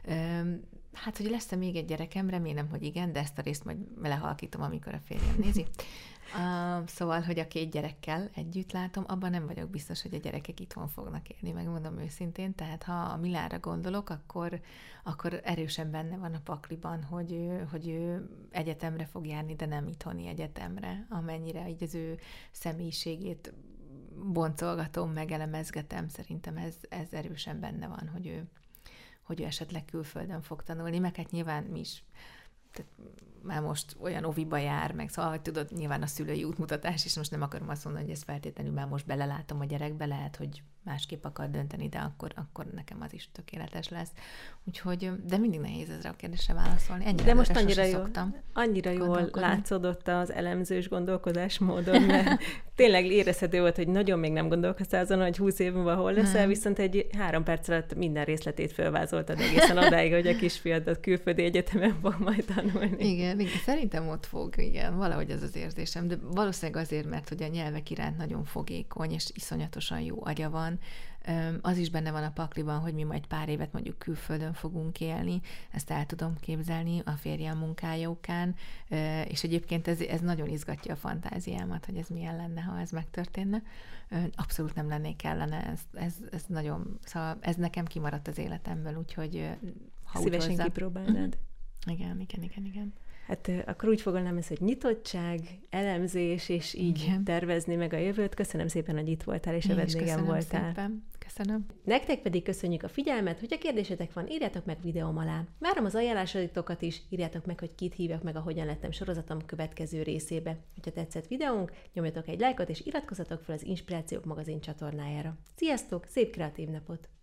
S2: Hát, hogy lesz-e még egy gyerekem, remélem, hogy igen, de ezt a részt majd lehalkítom, amikor a férjem nézi. Uh, szóval, hogy a két gyerekkel együtt látom, abban nem vagyok biztos, hogy a gyerekek itthon fognak élni, megmondom őszintén, tehát ha a Milára gondolok, akkor, akkor erősen benne van a pakliban, hogy ő, hogy ő egyetemre fog járni, de nem itthoni egyetemre, amennyire így az ő személyiségét boncolgatom, megelemezgetem, szerintem ez, ez erősen benne van, hogy ő, hogy ő esetleg külföldön fog tanulni, meg hát nyilván mi is tehát már most olyan oviba jár, meg szóval, hogy tudod, nyilván a szülői útmutatás, és most nem akarom azt mondani, hogy ezt feltétlenül már most belelátom a gyerekbe, lehet, hogy másképp akar dönteni, de akkor, akkor nekem az is tökéletes lesz. Úgyhogy, de mindig nehéz ezre a kérdésre válaszolni. Ennyire
S3: de most annyira, jó, annyira jól látszódott az elemzős gondolkodásmódon, mert tényleg érezhető volt, hogy nagyon még nem gondolkoztál azon, hogy húsz év múlva hol leszel, viszont egy három perc alatt minden részletét fölvázoltad egészen odáig, hogy a kisfiadat külföldi egyetemen fog majd tanulni.
S2: Igen, igen, szerintem ott fog, igen, valahogy az az érzésem, de valószínűleg azért, mert hogy a nyelvek iránt nagyon fogékony, és iszonyatosan jó agya van. Az is benne van a pakliban, hogy mi majd pár évet mondjuk külföldön fogunk élni, ezt el tudom képzelni a férjem munkája okán, és egyébként ez, ez nagyon izgatja a fantáziámat, hogy ez milyen lenne, ha ez megtörténne. Abszolút nem lennék ellene, ez, ez, ez nagyon, szóval ez nekem kimaradt az életemből, úgyhogy ha
S3: szívesen
S2: úgy hozzá...
S3: kipróbálnád.
S2: Igen, igen, igen, igen.
S3: Hát akkor úgy fogalmam ez, hogy nyitottság, elemzés, és így igen. tervezni meg a jövőt. Köszönöm szépen, hogy itt voltál, és a vendégem voltál.
S2: Szépen. Köszönöm.
S1: Nektek pedig köszönjük a figyelmet, hogyha kérdésetek van, írjátok meg videóm alá. Várom az ajánlásaitokat is, írjátok meg, hogy kit hívjak meg a Hogyan lettem sorozatom következő részébe. Hogyha tetszett videónk, nyomjatok egy lájkot, és iratkozzatok fel az Inspirációk magazin csatornájára. Sziasztok, szép kreatív napot!